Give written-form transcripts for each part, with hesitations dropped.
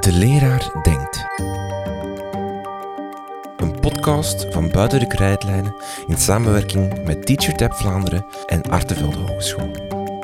De leraar denkt. Een podcast van Buiten de Krijtlijnen in samenwerking met TeacherTap Vlaanderen en Artevelde Hogeschool.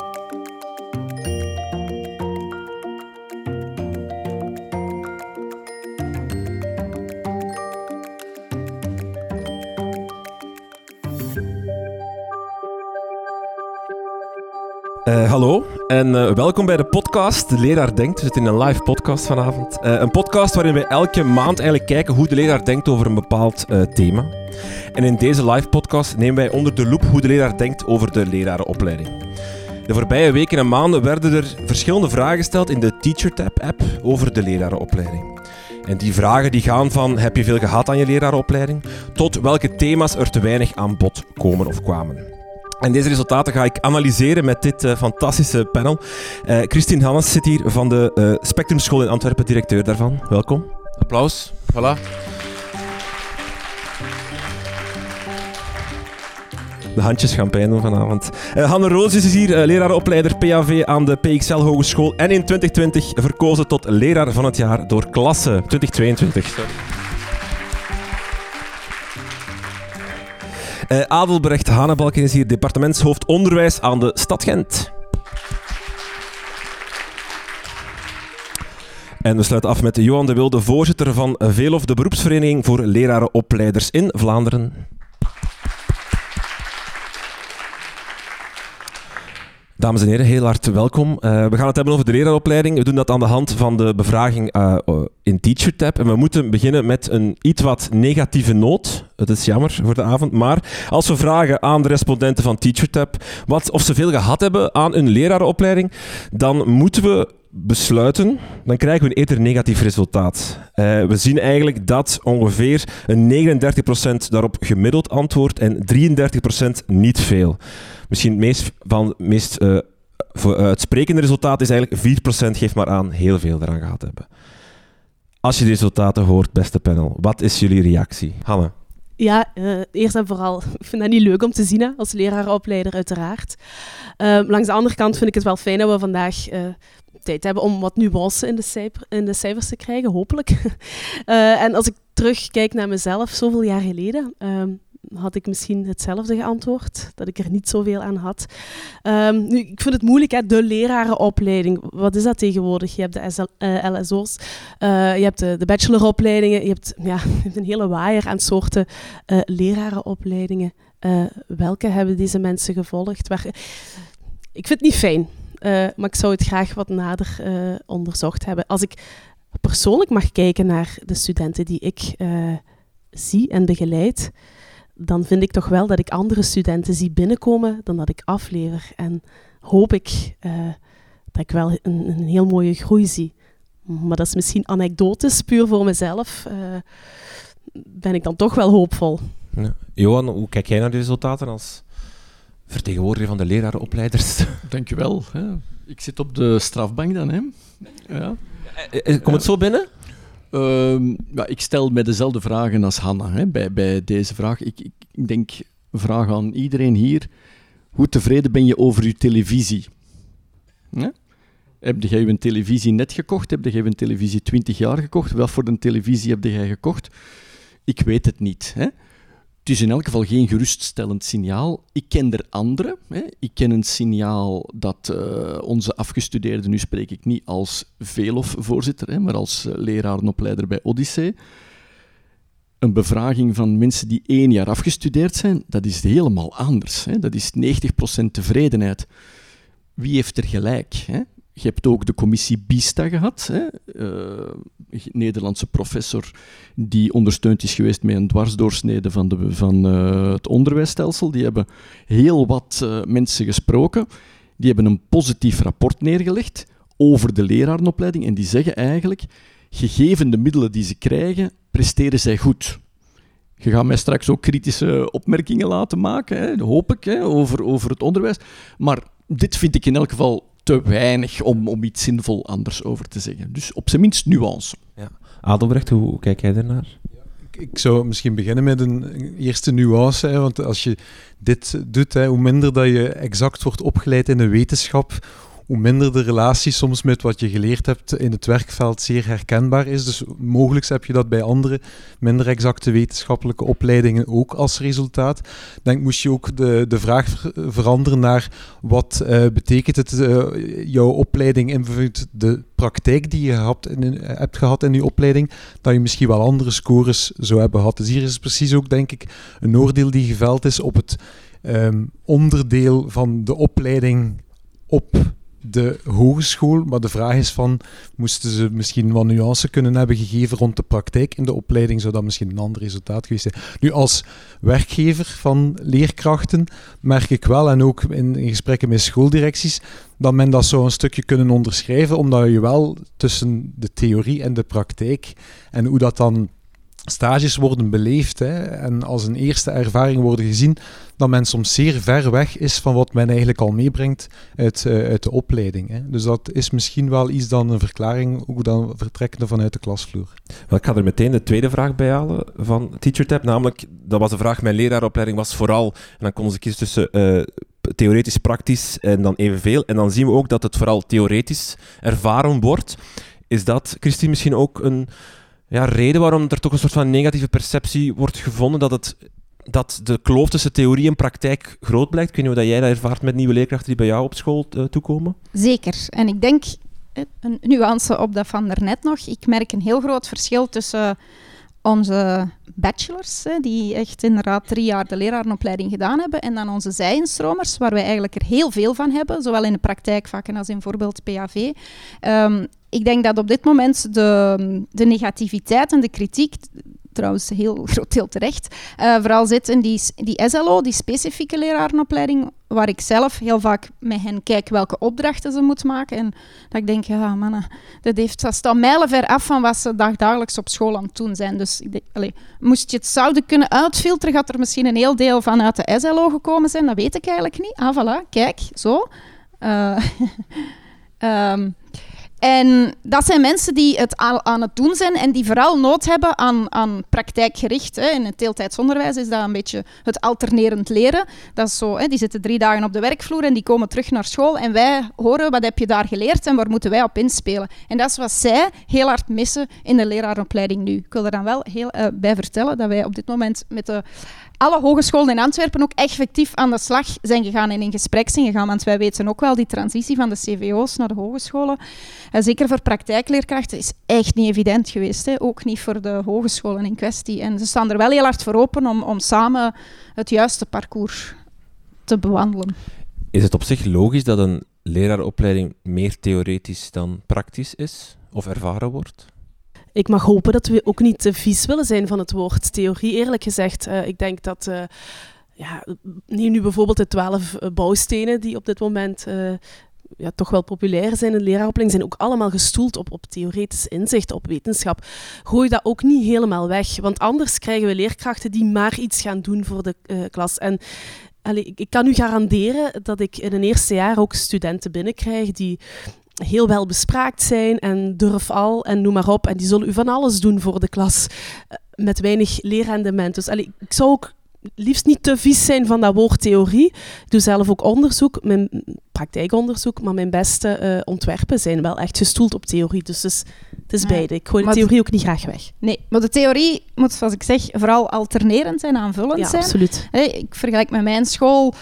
Hallo en welkom bij de podcast De Leraar Denkt. We zitten in een live podcast vanavond. Een podcast waarin wij elke maand eigenlijk kijken hoe de leraar denkt over een bepaald thema. En in deze live podcast nemen wij onder de loep hoe de leraar denkt over de lerarenopleiding. De voorbije weken en maanden werden er verschillende vragen gesteld in de TeacherTap-app over de lerarenopleiding. En die vragen die gaan van heb je veel gehad aan je lerarenopleiding, tot welke thema's er te weinig aan bod komen of kwamen. En deze resultaten ga ik analyseren met dit fantastische panel. Christine Hannes zit hier van de Spectrum School in Antwerpen, directeur daarvan. Welkom. Applaus. Voilà. De handjes gaan pijn doen vanavond. Hanne Roos is hier, lerarenopleider PAV aan de PXL Hogeschool en in 2020 verkozen tot leraar van het jaar door klasse 2022. Sorry. Adelbrecht Hanebalken is hier, departementshoofd onderwijs aan de Stad Gent. En we sluiten af met Johan de Wilde, voorzitter van Velof, de beroepsvereniging voor lerarenopleiders in Vlaanderen. Dames en heren, heel hard welkom. We gaan het hebben over de leraaropleiding. We doen dat aan de hand van de bevraging in TeacherTap. En we moeten beginnen met een iets wat negatieve noot. Het is jammer voor de avond. Maar als we vragen aan de respondenten van TeacherTap of ze veel gehad hebben aan hun leraaropleiding, dan moeten we besluiten, dan krijgen we een eerder negatief resultaat. We zien eigenlijk dat ongeveer een 39% daarop gemiddeld antwoordt en 33% niet veel. Misschien het meest uitsprekende resultaat is eigenlijk 4% geeft maar aan heel veel eraan gehad hebben. Als je de resultaten hoort, beste panel, wat is jullie reactie? Hanne? Ja, eerst en vooral, ik vind dat niet leuk om te zien, hè, als leraaropleider uiteraard. Langs de andere kant vind ik het wel fijn dat we vandaag tijd hebben om wat nuance in de cijfers te krijgen, hopelijk. En als ik terugkijk naar mezelf, zoveel jaar geleden, had ik misschien hetzelfde geantwoord, dat ik er niet zoveel aan had. Nu, ik vind het moeilijk, hè, de lerarenopleiding. Wat is dat tegenwoordig? Je hebt de LSO's, je hebt de bacheloropleidingen, je hebt een hele waaier aan soorten lerarenopleidingen. Welke hebben deze mensen gevolgd? Ik vind het niet fijn, maar ik zou het graag wat nader onderzocht hebben. Als ik persoonlijk mag kijken naar de studenten die ik zie en begeleid, dan vind ik toch wel dat ik andere studenten zie binnenkomen dan dat ik aflever. En hoop ik dat ik wel een heel mooie groei zie. Maar dat is misschien anekdotisch, puur voor mezelf. Ben ik dan toch wel hoopvol. Ja. Johan, hoe kijk jij naar de resultaten als vertegenwoordiger van de lerarenopleiders? Dank je wel. Ik zit op de strafbank dan. Hè. Ja. Komt het zo binnen? Ik stel mij dezelfde vragen als Hanna, hè, bij deze vraag. Ik denk, vraag aan iedereen hier, hoe tevreden ben je over je televisie? Heb jij een televisie net gekocht? Heb jij een televisie 20 jaar gekocht? Wat voor een televisie heb jij gekocht? Ik weet het niet. Hè? Het is in elk geval geen geruststellend signaal. Ik ken er andere. Hè. Ik ken een signaal dat onze afgestudeerden, nu spreek ik niet als Velof-voorzitter, maar als lerarenopleider bij Odyssee. Een bevraging van mensen die 1 jaar afgestudeerd zijn, dat is helemaal anders. Hè. Dat is 90% tevredenheid. Wie heeft er gelijk? Hè? Je hebt ook de commissie BISTA gehad, hè? Nederlandse professor die ondersteund is geweest met een dwarsdoorsnede van het onderwijsstelsel. Die hebben heel wat mensen gesproken. Die hebben een positief rapport neergelegd over de lerarenopleiding en die zeggen eigenlijk, gegeven de middelen die ze krijgen, presteren zij goed. Je gaat mij straks ook kritische opmerkingen laten maken, hè? Hoop ik, hè? Over het onderwijs. Maar dit vind ik in elk geval te weinig om iets zinvol anders over te zeggen. Dus op zijn minst nuance. Ja. Adelbrecht, hoe kijk jij daarnaar? Ik zou misschien beginnen met een eerste nuance. Hè, want als je dit doet, hoe minder dat je exact wordt opgeleid in de wetenschap, hoe minder de relatie soms met wat je geleerd hebt in het werkveld zeer herkenbaar is. Dus mogelijk heb je dat bij andere minder exacte wetenschappelijke opleidingen ook als resultaat. Ik denk, moest je ook de vraag veranderen naar wat betekent het jouw opleiding invloedt de praktijk die je hebt gehad in je opleiding, dat je misschien wel andere scores zou hebben gehad. Dus hier is precies ook, denk ik, een oordeel die geveld is op het onderdeel van de opleiding op de hogeschool. Maar de vraag is van, moesten ze misschien wat nuance kunnen hebben gegeven rond de praktijk in de opleiding, zou dat misschien een ander resultaat geweest zijn. Nu, als werkgever van leerkrachten merk ik wel, en ook in gesprekken met schooldirecties, dat men dat zou een stukje kunnen onderschrijven, omdat je wel tussen de theorie en de praktijk en hoe dat dan stages worden beleefd en als een eerste ervaring worden gezien, dat men soms zeer ver weg is van wat men eigenlijk al meebrengt uit de opleiding. Hè. Dus dat is misschien wel iets dan een verklaring, ook dan vertrekkende vanuit de klasvloer. Wel, ik ga er meteen de tweede vraag bij halen van TeacherTap, namelijk, dat was de vraag, mijn leraaropleiding was vooral, en dan konden ze kiezen tussen theoretisch, praktisch en dan evenveel. En dan zien we ook dat het vooral theoretisch ervaren wordt. Is dat, Christine, misschien ook een reden waarom er toch een soort van negatieve perceptie wordt gevonden, dat de kloof tussen theorie en praktijk groot blijkt? Ik weet niet hoe jij dat ervaart met nieuwe leerkrachten die bij jou op school toekomen. Zeker. En ik denk, een nuance op dat van daarnet nog, ik merk een heel groot verschil tussen onze bachelors, die echt inderdaad 3 jaar de lerarenopleiding gedaan hebben, en dan onze zij-instromers, waar wij eigenlijk er heel veel van hebben, zowel in de praktijkvakken als in bijvoorbeeld PAV. Ik denk dat op dit moment de negativiteit en de kritiek, trouwens een heel groot deel terecht, vooral zit in die SLO, die specifieke lerarenopleiding, waar ik zelf heel vaak met hen kijk welke opdrachten ze moeten maken. En dat ik denk, ja mannen, dat staat mijlenver af van wat ze dagelijks op school aan het doen zijn. Dus ik denk, moest je het zouden kunnen uitfilteren, gaat er misschien een heel deel vanuit de SLO gekomen zijn. Dat weet ik eigenlijk niet. Ah, voilà, kijk, zo. En dat zijn mensen die het aan het doen zijn en die vooral nood hebben aan praktijkgericht. Hè. In het deeltijdsonderwijs is dat een beetje het alternerend leren. Dat is zo, die zitten 3 dagen op de werkvloer en die komen terug naar school. En wij horen, wat heb je daar geleerd en waar moeten wij op inspelen? En dat is wat zij heel hard missen in de leraaropleiding nu. Ik wil er dan wel heel bij vertellen dat wij op dit moment met alle hogescholen in Antwerpen ook effectief aan de slag zijn gegaan en in gesprek zijn gegaan. Want wij weten ook wel, die transitie van de CVO's naar de hogescholen, zeker voor praktijkleerkrachten, is echt niet evident geweest. Hè. Ook niet voor de hogescholen in kwestie. En ze staan er wel heel hard voor open om samen het juiste parcours te bewandelen. Is het op zich logisch dat een leraaropleiding meer theoretisch dan praktisch is of ervaren wordt? Ik mag hopen dat we ook niet te vies willen zijn van het woord theorie, eerlijk gezegd. Ik denk dat, neem nu bijvoorbeeld de 12 bouwstenen die op dit moment toch wel populair zijn in de leraaropleiding, zijn ook allemaal gestoeld op theoretisch inzicht, op wetenschap. Gooi dat ook niet helemaal weg, want anders krijgen we leerkrachten die maar iets gaan doen voor de klas. En ik kan u garanderen dat ik in een eerste jaar ook studenten binnenkrijg die heel wel bespraakt zijn en durf al en noem maar op. En die zullen u van alles doen voor de klas met weinig leerrendement. Dus ik zou ook liefst niet te vies zijn van dat woord theorie. Ik doe zelf ook onderzoek, mijn praktijkonderzoek, maar mijn beste ontwerpen zijn wel echt gestoeld op theorie. Dus het is beide. Ik gooi de theorie ook niet graag weg. Nee, maar de theorie moet, zoals ik zeg, vooral alternerend en aanvullend zijn. Ja, absoluut. Ik vergelijk met mijn school.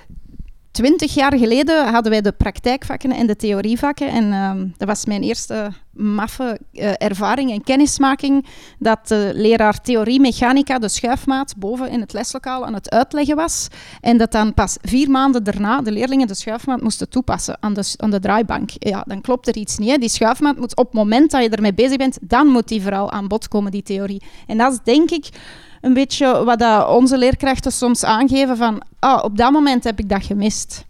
20 jaar geleden hadden wij de praktijkvakken en de theorievakken. En dat was mijn eerste maffe ervaring en kennismaking, dat de leraar theorie mechanica, de schuifmaat, boven in het leslokaal aan het uitleggen was. En dat dan pas 4 maanden daarna de leerlingen de schuifmaat moesten toepassen aan de draaibank. Ja, dan klopt er iets niet. Hè. Die schuifmaat moet op het moment dat je ermee bezig bent, dan moet die vooral aan bod komen, die theorie. En dat is denk ik een beetje wat dat onze leerkrachten soms aangeven van, op dat moment heb ik dat gemist.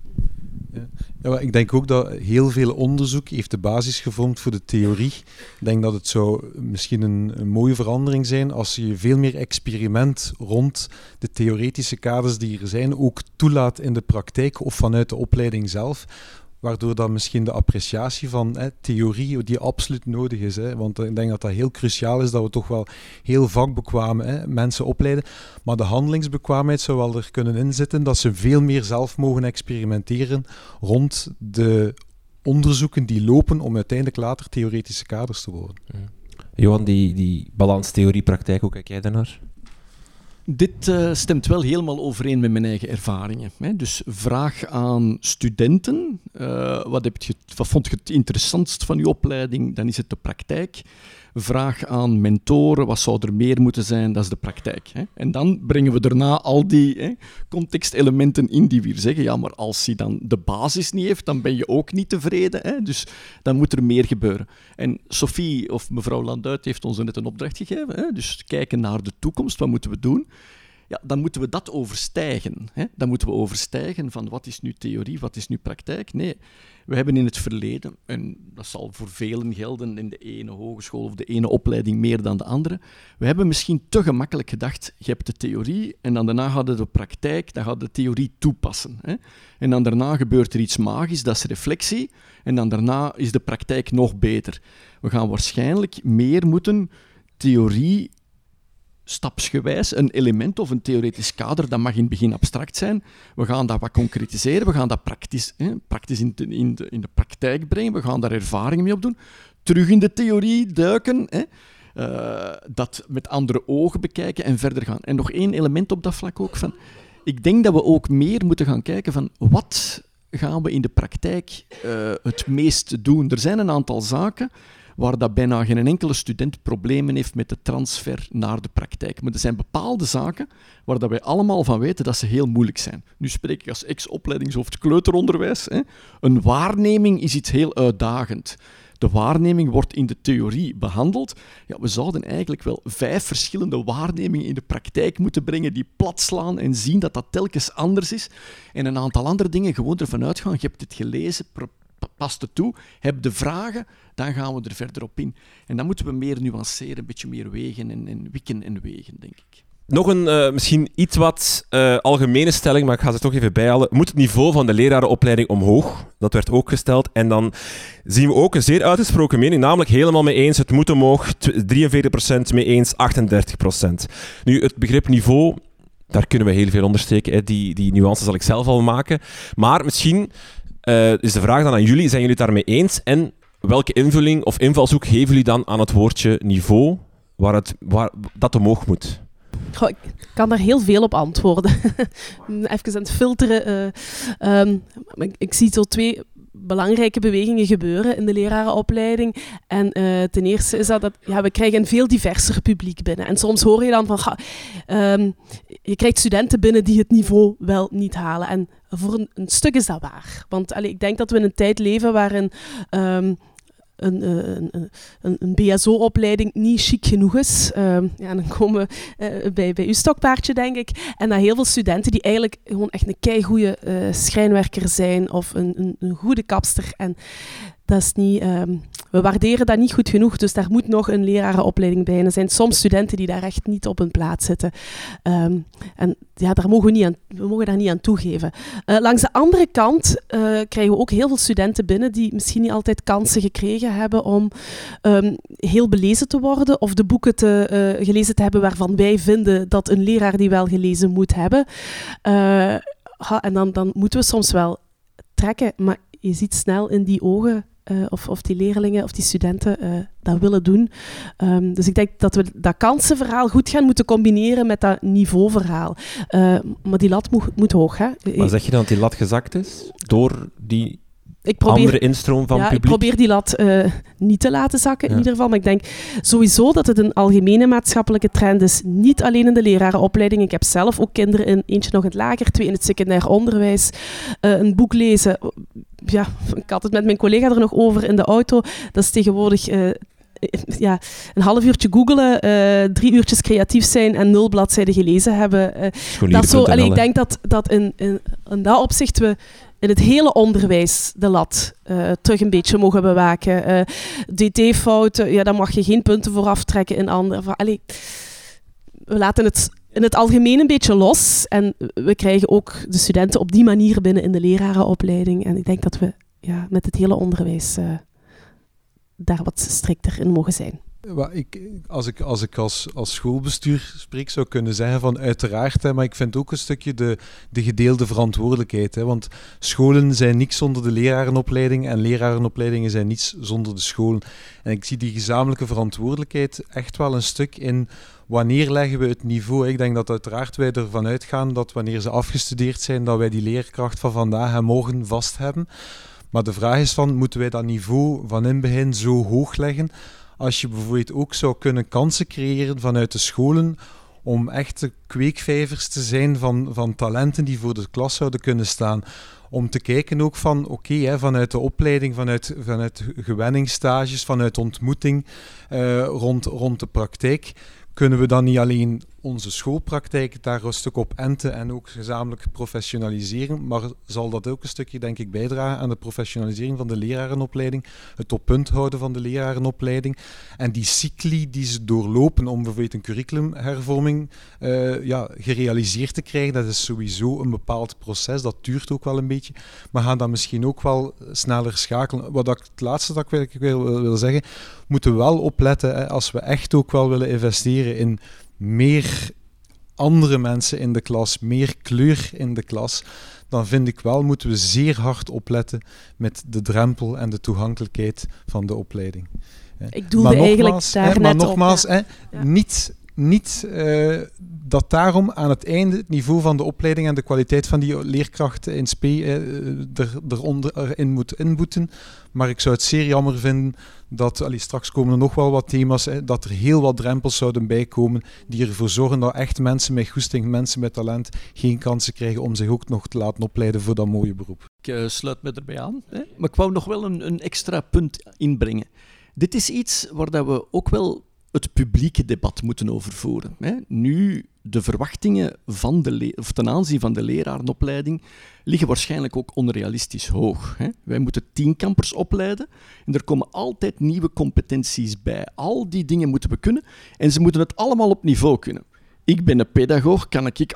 Ja, ik denk ook dat heel veel onderzoek heeft de basis gevormd voor de theorie. Ik denk dat het zou misschien een mooie verandering zijn als je veel meer experiment rond de theoretische kaders die er zijn ook toelaat in de praktijk of vanuit de opleiding zelf. Waardoor dan misschien de appreciatie van theorie, die absoluut nodig is. Want ik denk dat dat heel cruciaal is, dat we toch wel heel vakbekwame mensen opleiden. Maar de handelingsbekwaamheid zou wel er kunnen inzitten, dat ze veel meer zelf mogen experimenteren rond de onderzoeken die lopen om uiteindelijk later theoretische kaders te worden. Johan, die balans theorie-praktijk, hoe kijk jij daarnaar? Dit stemt wel helemaal overeen met mijn eigen ervaringen. Hè. Dus vraag aan studenten, wat vond je het interessantst van je opleiding? Dan is het de praktijk. Vraag aan mentoren, wat zou er meer moeten zijn? Dat is de praktijk. Hè. En dan brengen we daarna al die contextelementen in die weer zeggen, ja, maar als hij dan de basis niet heeft, dan ben je ook niet tevreden. Hè. Dus dan moet er meer gebeuren. En Sophie of mevrouw Landuit heeft ons net een opdracht gegeven. Hè. Dus kijken naar de toekomst, wat moeten we doen? Ja, dan moeten we dat overstijgen. Hè. Dan moeten we overstijgen van wat is nu theorie, wat is nu praktijk. Nee, we hebben in het verleden, en dat zal voor velen gelden in de ene hogeschool of de ene opleiding meer dan de andere, we hebben misschien te gemakkelijk gedacht, je hebt de theorie en dan daarna gaat het de praktijk, dan gaat de theorie toepassen. Hè. En dan daarna gebeurt er iets magisch, dat is reflectie, en dan daarna is de praktijk nog beter. We gaan waarschijnlijk meer moeten theorie stapsgewijs, een element of een theoretisch kader, dat mag in het begin abstract zijn. We gaan dat wat concretiseren, we gaan dat praktisch in de praktijk brengen, we gaan daar ervaringen mee opdoen, terug in de theorie duiken, dat met andere ogen bekijken en verder gaan. En nog één element op dat vlak ook, ik denk dat we ook meer moeten gaan kijken van wat gaan we in de praktijk het meest doen. Er zijn een aantal zaken waar dat bijna geen enkele student problemen heeft met de transfer naar de praktijk. Maar er zijn bepaalde zaken waar dat wij allemaal van weten dat ze heel moeilijk zijn. Nu spreek ik als ex-opleidingshoofd kleuteronderwijs. Hè. Een waarneming is iets heel uitdagend. De waarneming wordt in de theorie behandeld. Ja, we zouden eigenlijk wel 5 verschillende waarnemingen in de praktijk moeten brengen die plat slaan en zien dat dat telkens anders is. En een aantal andere dingen gewoon ervan uitgaan. Je hebt het gelezen, past het toe, heb de vragen, dan gaan we er verder op in. En dan moeten we meer nuanceren, een beetje meer wegen en wikken en wegen, denk ik. Nog een misschien iets wat algemene stelling, maar ik ga ze toch even bijhalen. Moet het niveau van de lerarenopleiding omhoog? Dat werd ook gesteld. En dan zien we ook een zeer uitgesproken mening, namelijk helemaal mee eens. Het moet omhoog, 43% mee eens, 38%. Nu, het begrip niveau, daar kunnen we heel veel ondersteken. Hè. Die nuance zal ik zelf al maken. Maar misschien is de vraag dan aan jullie, zijn jullie het daarmee eens? En welke invulling of invalshoek geven jullie dan aan het woordje niveau, waar dat omhoog moet? Goh, ik kan daar heel veel op antwoorden. Even aan het filteren. Ik zie zo 2 belangrijke bewegingen gebeuren in de lerarenopleiding. En ten eerste is dat we krijgen een veel diverser publiek binnen. En soms hoor je dan van, je krijgt studenten binnen die het niveau wel niet halen. En voor een stuk is dat waar. Want ik denk dat we in een tijd leven waarin een BSO-opleiding niet chic genoeg is. Dan komen we bij uw stokpaardje, denk ik. En dat heel veel studenten die eigenlijk gewoon echt een keigoeie schrijnwerker zijn of een goede kapster. En dat is niet... we waarderen dat niet goed genoeg, dus daar moet nog een lerarenopleiding bij. En er zijn soms studenten die daar echt niet op hun plaats zitten. En ja, daar mogen we mogen daar niet aan toegeven. Langs de andere kant krijgen we ook heel veel studenten binnen die misschien niet altijd kansen gekregen hebben om heel belezen te worden of de boeken gelezen te hebben waarvan wij vinden dat een leraar die wel gelezen moet hebben. En dan moeten we soms wel trekken, maar je ziet snel in die ogen of die leerlingen of die studenten dat willen doen. Dus ik denk dat we dat kansenverhaal goed gaan moeten combineren met dat niveauverhaal. Maar die lat moet hoog. Hè? Maar zeg je dan dat die lat gezakt is door die andere instroom van publiek? Ik probeer die lat niet te laten zakken in ieder geval. Maar ik denk sowieso dat het een algemene maatschappelijke trend is. Niet alleen in de lerarenopleiding. Ik heb zelf ook kinderen eentje nog in het lager, 2 in het secundair onderwijs. Een boek lezen. Ja, ik had het met mijn collega er nog over in de auto. Dat is tegenwoordig... een half uurtje googelen, 3 uurtjes creatief zijn en 0 bladzijden gelezen hebben. Ik denk dat in dat opzicht we in het hele onderwijs de lat terug een beetje mogen bewaken. DT-fouten, daar mag je geen punten voor aftrekken in andere. We laten het in het algemeen een beetje los en we krijgen ook de studenten op die manier binnen in de lerarenopleiding. En ik denk dat we met het hele onderwijs daar wat strikter in mogen zijn. Als ik als schoolbestuur spreek, zou kunnen zeggen van uiteraard, hè, maar ik vind ook een stukje de gedeelde verantwoordelijkheid. Hè, want scholen zijn niks zonder de lerarenopleiding en lerarenopleidingen zijn niets zonder de scholen. En ik zie die gezamenlijke verantwoordelijkheid echt wel een stuk in wanneer leggen we het niveau. Ik denk dat uiteraard wij ervan uitgaan dat wanneer ze afgestudeerd zijn, dat wij die leerkracht van vandaag en morgen vast hebben. Maar de vraag is van, moeten wij dat niveau van in begin zo hoog leggen? Als je bijvoorbeeld ook zou kunnen kansen creëren vanuit de scholen om echte kweekvijvers te zijn van talenten die voor de klas zouden kunnen staan. Om te kijken ook van, vanuit de opleiding, vanuit gewenningsstages, vanuit ontmoeting rond de praktijk, kunnen we dan niet alleen onze schoolpraktijk daar een stuk op enten en ook gezamenlijk professionaliseren, maar zal dat ook een stukje, denk ik, bijdragen aan de professionalisering van de lerarenopleiding, het op punt houden van de lerarenopleiding en die cycli die ze doorlopen om bijvoorbeeld een curriculumhervorming gerealiseerd te krijgen. Dat is sowieso een bepaald proces, dat duurt ook wel een beetje, maar gaan dan misschien ook wel sneller schakelen. Het laatste dat ik wil zeggen, moeten we wel opletten, hè, als we echt ook wel willen investeren in meer andere mensen in de klas, meer kleur in de klas, dan vind ik wel, moeten we zeer hard opletten met de drempel en de toegankelijkheid van de opleiding. Ik doelde eigenlijk daar net op. Niet dat daarom aan het einde het niveau van de opleiding en de kwaliteit van die leerkrachten in SP erin moet inboeten. Maar ik zou het zeer jammer vinden dat, straks komen er nog wel wat thema's, dat er heel wat drempels zouden bijkomen die ervoor zorgen dat echt mensen met goesting, mensen met talent, geen kansen krijgen om zich ook nog te laten opleiden voor dat mooie beroep. Ik sluit me erbij aan, maar ik wou nog wel een extra punt inbrengen. Dit is iets waar dat we ook wel het publieke debat moeten over voeren. Nu, de verwachtingen ten aanzien van de lerarenopleiding liggen waarschijnlijk ook onrealistisch hoog. Wij moeten 10 kampers opleiden en er komen altijd nieuwe competenties bij. Al die dingen moeten we kunnen en ze moeten het allemaal op niveau kunnen. Ik ben een pedagoog,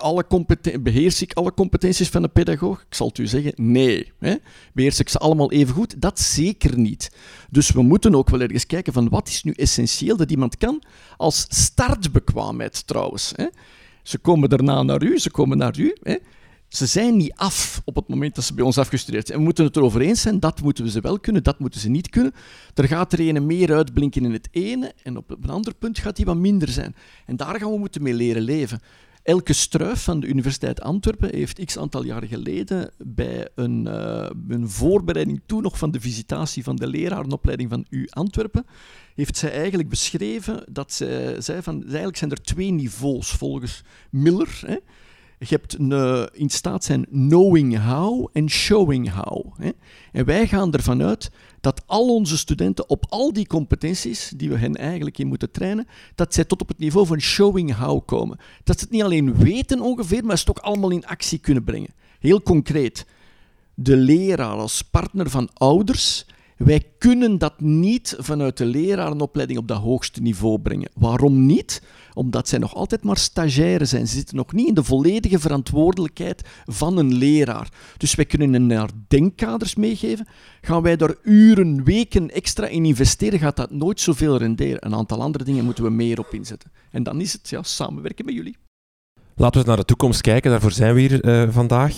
beheers ik alle competenties van een pedagoog? Ik zal het u zeggen, nee. Beheers ik ze allemaal even goed? Dat zeker niet. Dus we moeten ook wel ergens kijken van wat is nu essentieel dat iemand kan als startbekwaamheid trouwens. Ze komen daarna naar u, ze komen naar u. Ze zijn niet af op het moment dat ze bij ons afgestudeerd zijn. En we moeten het erover eens zijn, dat moeten we ze wel kunnen, dat moeten ze niet kunnen. Er gaat er ene meer uitblinken in het ene en op een ander punt gaat die wat minder zijn. En daar gaan we moeten mee leren leven. Elke Struijf van de Universiteit Antwerpen heeft x aantal jaren geleden bij een voorbereiding toen nog van de visitatie van de lerarenopleiding van U Antwerpen, heeft zij eigenlijk beschreven dat zij zei van eigenlijk zijn er 2 niveaus volgens Miller. Je hebt in staat zijn knowing how en showing how. En wij gaan ervan uit dat al onze studenten op al die competenties die we hen eigenlijk in moeten trainen, dat zij tot op het niveau van showing how komen. Dat ze het niet alleen weten ongeveer, maar ze het ook allemaal in actie kunnen brengen. Heel concreet, de leraar als partner van ouders, wij kunnen dat niet vanuit de lerarenopleiding op dat hoogste niveau brengen. Waarom niet? Omdat zij nog altijd maar stagiaire zijn. Ze zitten nog niet in de volledige verantwoordelijkheid van een leraar. Dus wij kunnen hen naar denkkaders meegeven. Gaan wij daar uren, weken extra in investeren, gaat dat nooit zoveel renderen. Een aantal andere dingen moeten we meer op inzetten. En dan is het samenwerken met jullie. Laten we eens naar de toekomst kijken. Daarvoor zijn we hier vandaag.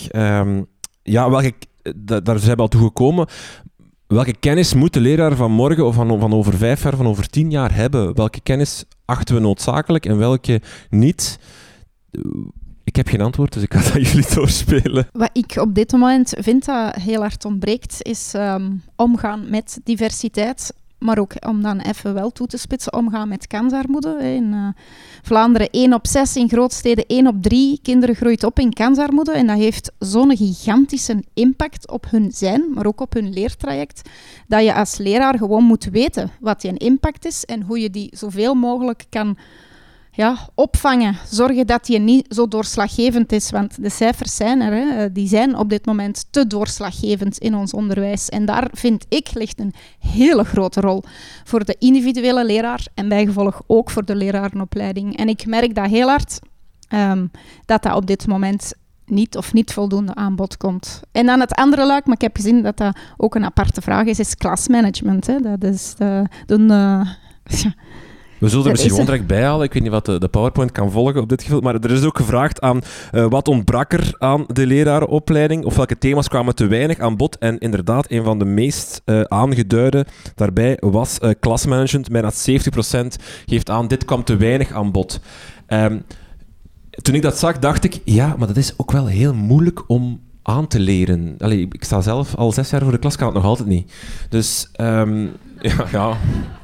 Daar zijn we al toe gekomen. Welke kennis moet de leraar van morgen of van over 5 jaar, van over 10 jaar hebben? Welke kennis achten we noodzakelijk en welke niet? Ik heb geen antwoord, dus ik ga dat jullie doorspelen. Wat ik op dit moment vind dat heel hard ontbreekt, is omgaan met diversiteit. Maar ook om dan even wel toe te spitsen, omgaan met kansarmoede. In Vlaanderen 1 op 6, in grootsteden 1 op 3 kinderen groeit op in kansarmoede. En dat heeft zo'n gigantische impact op hun zijn, maar ook op hun leertraject, dat je als leraar gewoon moet weten wat die impact is en hoe je die zoveel mogelijk kan opvangen. Zorgen dat die niet zo doorslaggevend is, want de cijfers zijn er. Die zijn op dit moment te doorslaggevend in ons onderwijs. En daar, vind ik, ligt een hele grote rol voor de individuele leraar en bijgevolg ook voor de lerarenopleiding. En ik merk dat heel hard, dat op dit moment niet voldoende aanbod komt. En dan het andere luik, maar ik heb gezien dat dat ook een aparte vraag is klasmanagement. Dat is We zullen er misschien gewoon direct bijhalen. Ik weet niet wat de PowerPoint kan volgen op dit geval. Maar er is ook gevraagd aan wat ontbrak er aan de lerarenopleiding, of welke thema's kwamen te weinig aan bod. En inderdaad, een van de meest aangeduide daarbij was klasmanagement. Bijna 70% geeft aan, dit kwam te weinig aan bod. Toen ik dat zag, dacht ik, ja, maar dat is ook wel heel moeilijk om aan te leren. Allee, ik sta zelf al 6 jaar voor de klas, kan het nog altijd niet. Dus, ja.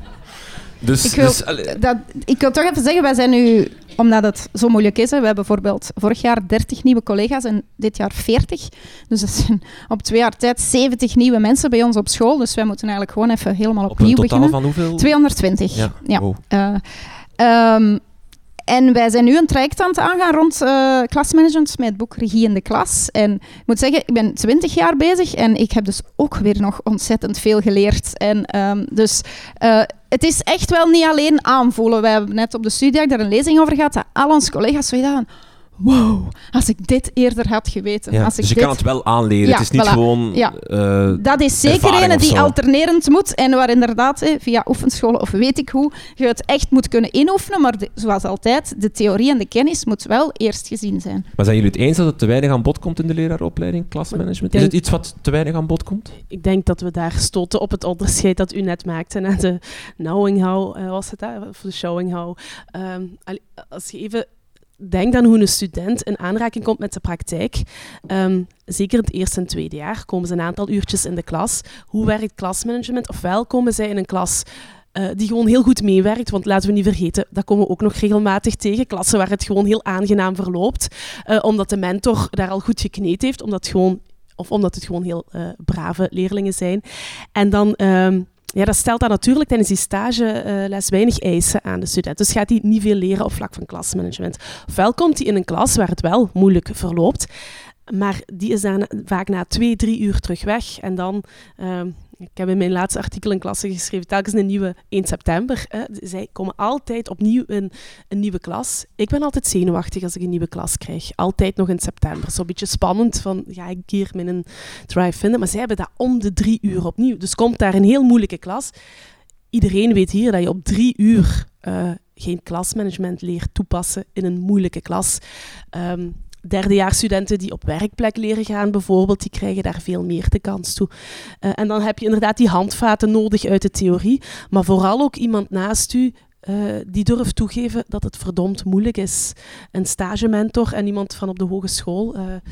Ik wil toch even zeggen, wij zijn nu, omdat het zo moeilijk is, we hebben bijvoorbeeld vorig jaar 30 nieuwe collega's en dit jaar 40. Dus dat zijn op 2 jaar tijd 70 nieuwe mensen bij ons op school. Dus wij moeten eigenlijk gewoon even helemaal opnieuw beginnen. Op een totaal van hoeveel? 220. Ja. Oh. En wij zijn nu een traject aan het aangaan rond klasmanagement met het boek Regie in de Klas. En ik moet zeggen, ik ben 20 jaar bezig en ik heb dus ook weer nog ontzettend veel geleerd. En het is echt wel niet alleen aanvoelen. Wij hebben net op de studiedag daar een lezing over gehad, dat al onze collega's zoiets hadden. Wow, als ik dit eerder had geweten. Ja, dus je kan het wel aanleren. Het is niet gewoon dat is zeker een die alternerend moet en waar inderdaad via oefenscholen of weet ik hoe je het echt moet kunnen inoefenen. Maar zoals altijd, de theorie en de kennis moet wel eerst gezien zijn. Maar zijn jullie het eens dat het te weinig aan bod komt in de leraaropleiding, klasmanagement? Is het iets wat te weinig aan bod komt? Ik denk dat we daar stoten op het onderscheid dat u net maakte. En de knowing how, was het dat? Of de showing how. Als je even... Denk dan hoe een student in aanraking komt met de praktijk. Zeker in het eerste en tweede jaar komen ze een aantal uurtjes in de klas. Hoe werkt klasmanagement? Ofwel komen zij in een klas die gewoon heel goed meewerkt. Want laten we niet vergeten, dat komen we ook nog regelmatig tegen. Klassen waar het gewoon heel aangenaam verloopt. Omdat de mentor daar al goed gekneed heeft. Omdat het gewoon heel brave leerlingen zijn. En dan... dat stelt dan natuurlijk tijdens die stageles weinig eisen aan de student. Dus gaat hij niet veel leren op vlak van klasmanagement. Ofwel komt hij in een klas waar het wel moeilijk verloopt, maar die is dan vaak na 2-3 uur terug weg. En dan, ik heb in mijn laatste artikel in klasse geschreven, telkens een nieuwe 1 september. Zij komen altijd opnieuw in een nieuwe klas. Ik ben altijd zenuwachtig als ik een nieuwe klas krijg. Altijd nog in september. Zo'n beetje spannend van, ga ik hier mijn drive vinden? Maar zij hebben dat om de 3 uur opnieuw. Dus komt daar een heel moeilijke klas. Iedereen weet hier dat je op 3 uur geen klasmanagement leert toepassen in een moeilijke klas. Derdejaarsstudenten die op werkplek leren gaan bijvoorbeeld, die krijgen daar veel meer de kans toe. En dan heb je inderdaad die handvaten nodig uit de theorie, maar vooral ook iemand naast u die durft toegeven dat het verdomd moeilijk is. Een stagementor en iemand van op de hogeschool.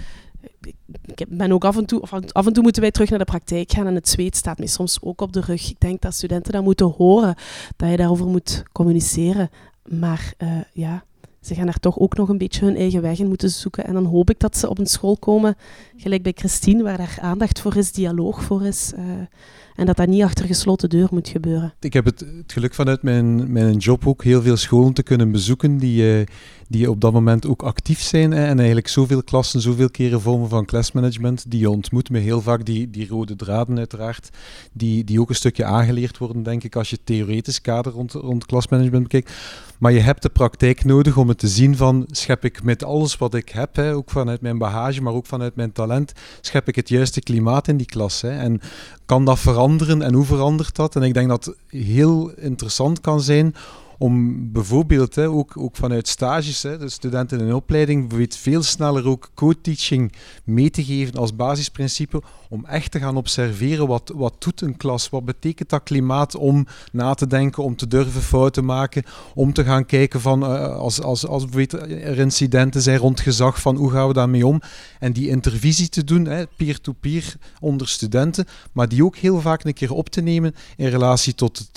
Ik ben ook af en toe moeten wij terug naar de praktijk gaan en het zweet staat mij soms ook op de rug. Ik denk dat studenten dat moeten horen, dat je daarover moet communiceren. Maar ze gaan daar toch ook nog een beetje hun eigen weg in moeten zoeken. En dan hoop ik dat ze op een school komen, gelijk bij Christine, waar daar aandacht voor is, dialoog voor is. En dat niet achter gesloten deur moet gebeuren. Ik heb het geluk vanuit mijn job ook heel veel scholen te kunnen bezoeken die op dat moment ook actief zijn. En eigenlijk zoveel klassen, zoveel keren vormen van klasmanagement die je ontmoet met heel vaak die rode draden uiteraard, die ook een stukje aangeleerd worden, denk ik, als je het theoretisch kader rond klasmanagement bekijkt. Maar je hebt de praktijk nodig om het te zien van, schep ik met alles wat ik heb, ook vanuit mijn bagage, maar ook vanuit mijn talent, schep ik het juiste klimaat in die klas. En kan dat veranderen en hoe verandert dat? En ik denk dat het heel interessant kan zijn om bijvoorbeeld ook vanuit stages, de studenten in een opleiding, weet veel sneller ook co-teaching mee te geven als basisprincipe, om echt te gaan observeren wat doet een klas, wat betekent dat klimaat om na te denken, om te durven fouten maken, om te gaan kijken van als er incidenten zijn rond gezag, van hoe gaan we daarmee om, en die intervisie te doen, peer-to-peer onder studenten, maar die ook heel vaak een keer op te nemen in relatie tot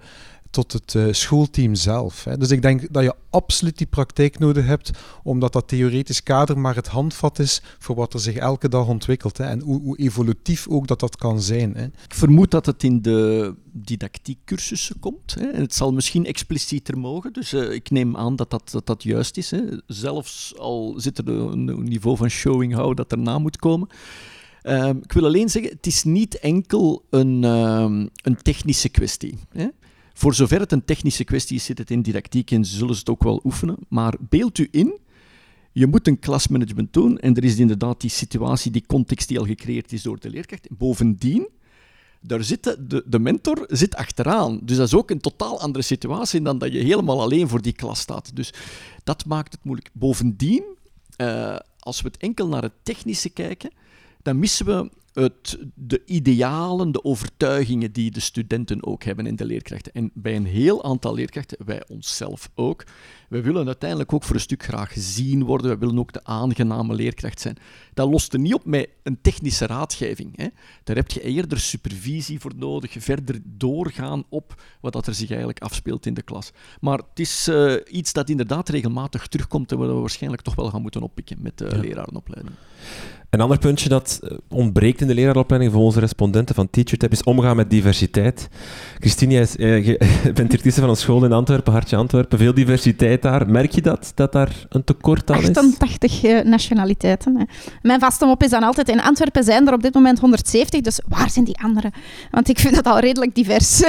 het schoolteam zelf. Dus ik denk dat je absoluut die praktijk nodig hebt, omdat dat theoretisch kader maar het handvat is voor wat er zich elke dag ontwikkelt. En hoe evolutief ook dat kan zijn. Ik vermoed dat het in de didactiekcursussen komt. En het zal misschien explicieter mogen, dus ik neem aan dat juist is. Zelfs al zit er een niveau van showing how dat erna moet komen. Ik wil alleen zeggen, het is niet enkel een technische kwestie. Voor zover het een technische kwestie is, zit het in didactiek en zullen ze het ook wel oefenen. Maar beeld u in, je moet een klasmanagement doen en er is inderdaad die situatie, die context die al gecreëerd is door de leerkracht. Bovendien, Daar zit de mentor zit achteraan. Dus dat is ook een totaal andere situatie dan dat je helemaal alleen voor die klas staat. Dus dat maakt het moeilijk. Bovendien, als we het enkel naar het technische kijken, dan missen we de idealen, de overtuigingen die de studenten ook hebben en de leerkrachten. En bij een heel aantal leerkrachten, wij onszelf ook, wij willen uiteindelijk ook voor een stuk graag gezien worden, wij willen ook de aangename leerkracht zijn. Dat lost er niet op met een technische raadgeving. Hè. Daar heb je eerder supervisie voor nodig, verder doorgaan op wat er zich eigenlijk afspeelt in de klas. Maar het is iets dat inderdaad regelmatig terugkomt en wat we waarschijnlijk toch wel gaan moeten oppikken met de lerarenopleiding. Een ander puntje dat ontbreekt in de leraaropleiding voor onze respondenten van TeacherTap is omgaan met diversiteit. Christine, je bent directrice van een school in Antwerpen, Hartje Antwerpen. Veel diversiteit daar. Merk je dat daar een tekort aan is? 88 nationaliteiten. Hè. Mijn vaste mop is dan altijd, in Antwerpen zijn er op dit moment 170, dus waar zijn die anderen? Want ik vind dat al redelijk divers.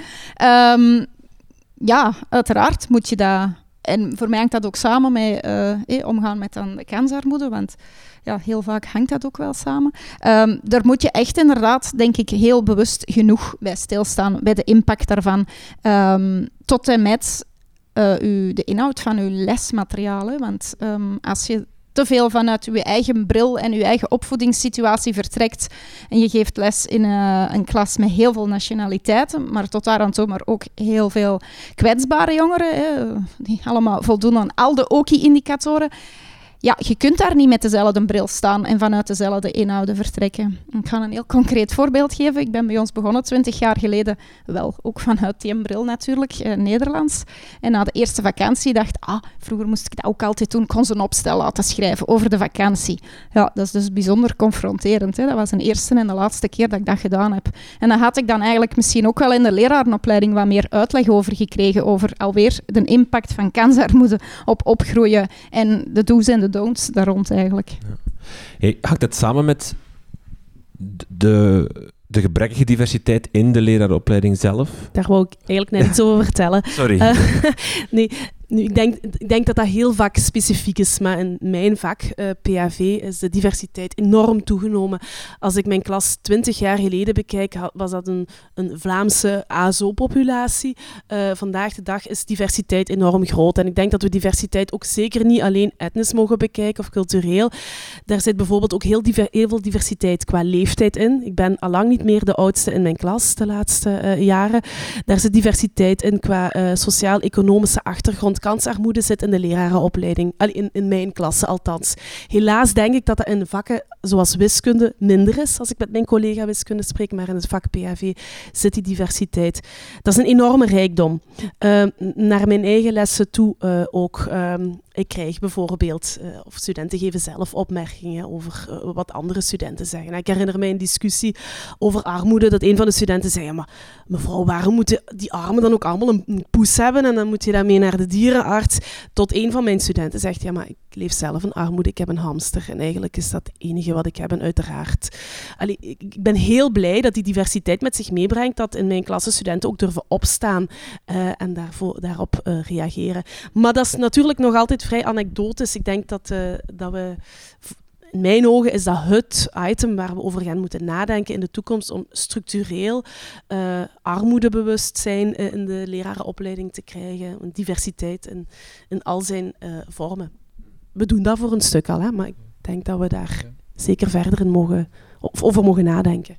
Ja, uiteraard moet je dat... En voor mij hangt dat ook samen met omgaan met dan de kansarmoede, want ja, heel vaak hangt dat ook wel samen. Daar moet je echt inderdaad, denk ik, heel bewust genoeg bij stilstaan, bij de impact daarvan, tot en met de inhoud van uw lesmateriaal. Hè. Want als je te veel vanuit je eigen bril en je eigen opvoedingssituatie vertrekt en je geeft les in een klas met heel veel nationaliteiten, maar tot daar aan toe maar ook heel veel kwetsbare jongeren, die allemaal voldoen aan al de OKI-indicatoren. Ja, je kunt daar niet met dezelfde bril staan en vanuit dezelfde inhouden vertrekken. Ik ga een heel concreet voorbeeld geven. Ik ben bij ons begonnen 20 jaar geleden, wel ook vanuit die bril natuurlijk, Nederlands. En na de eerste vakantie dacht ik, vroeger moest ik dat ook altijd doen, kon ze een opstel laten schrijven over de vakantie. Ja, dat is dus bijzonder confronterend. Hè. Dat was de eerste en de laatste keer dat ik dat gedaan heb. En dan had ik dan eigenlijk misschien ook wel in de lerarenopleiding wat meer uitleg over gekregen, over alweer de impact van kansarmoede op opgroeien en de do's en de don'ts daar rond eigenlijk. Ja. Hey, hangt dat samen met de gebrekkige diversiteit in de leraaropleiding zelf? Daar wou ik eigenlijk net iets over vertellen. Sorry. Nee, nu, ik denk dat dat heel vakspecifiek is, maar in mijn vak, PAV, is de diversiteit enorm toegenomen. Als ik mijn klas 20 jaar geleden bekijk, was dat een Vlaamse ASO-populatie. Vandaag de dag is diversiteit enorm groot. En ik denk dat we diversiteit ook zeker niet alleen etnisch mogen bekijken of cultureel. Daar zit bijvoorbeeld ook heel veel diversiteit qua leeftijd in. Ik ben allang niet meer de oudste in mijn klas de laatste jaren. Daar zit diversiteit in qua sociaal-economische achtergrond. Kansarmoede zit in de lerarenopleiding, in mijn klasse althans. Helaas denk ik dat dat in vakken zoals wiskunde minder is, als ik met mijn collega wiskunde spreek, maar in het vak PAV zit die diversiteit. Dat is een enorme rijkdom. Naar mijn eigen lessen toe ook. Ik krijg bijvoorbeeld, of studenten geven zelf opmerkingen over wat andere studenten zeggen. Ik herinner mij een discussie over armoede, dat een van de studenten zei, ja, maar mevrouw, waarom moeten die armen dan ook allemaal een poes hebben en dan moet je daarmee naar de dierenarts? Tot een van mijn studenten zegt, ja, maar ik leef zelf in armoede, ik heb een hamster en eigenlijk is dat het enige wat ik heb en uiteraard. Ik ben heel blij dat die diversiteit met zich meebrengt, dat in mijn klasse studenten ook durven opstaan en daarop reageren. Maar dat is natuurlijk nog altijd vrij anekdotisch. Ik denk dat we... In mijn ogen is dat het item waar we over gaan moeten nadenken in de toekomst om structureel armoedebewustzijn in de lerarenopleiding te krijgen. Een diversiteit in al zijn vormen. We doen dat voor een stuk al, hè, maar ik denk dat we daar zeker verder in over mogen nadenken.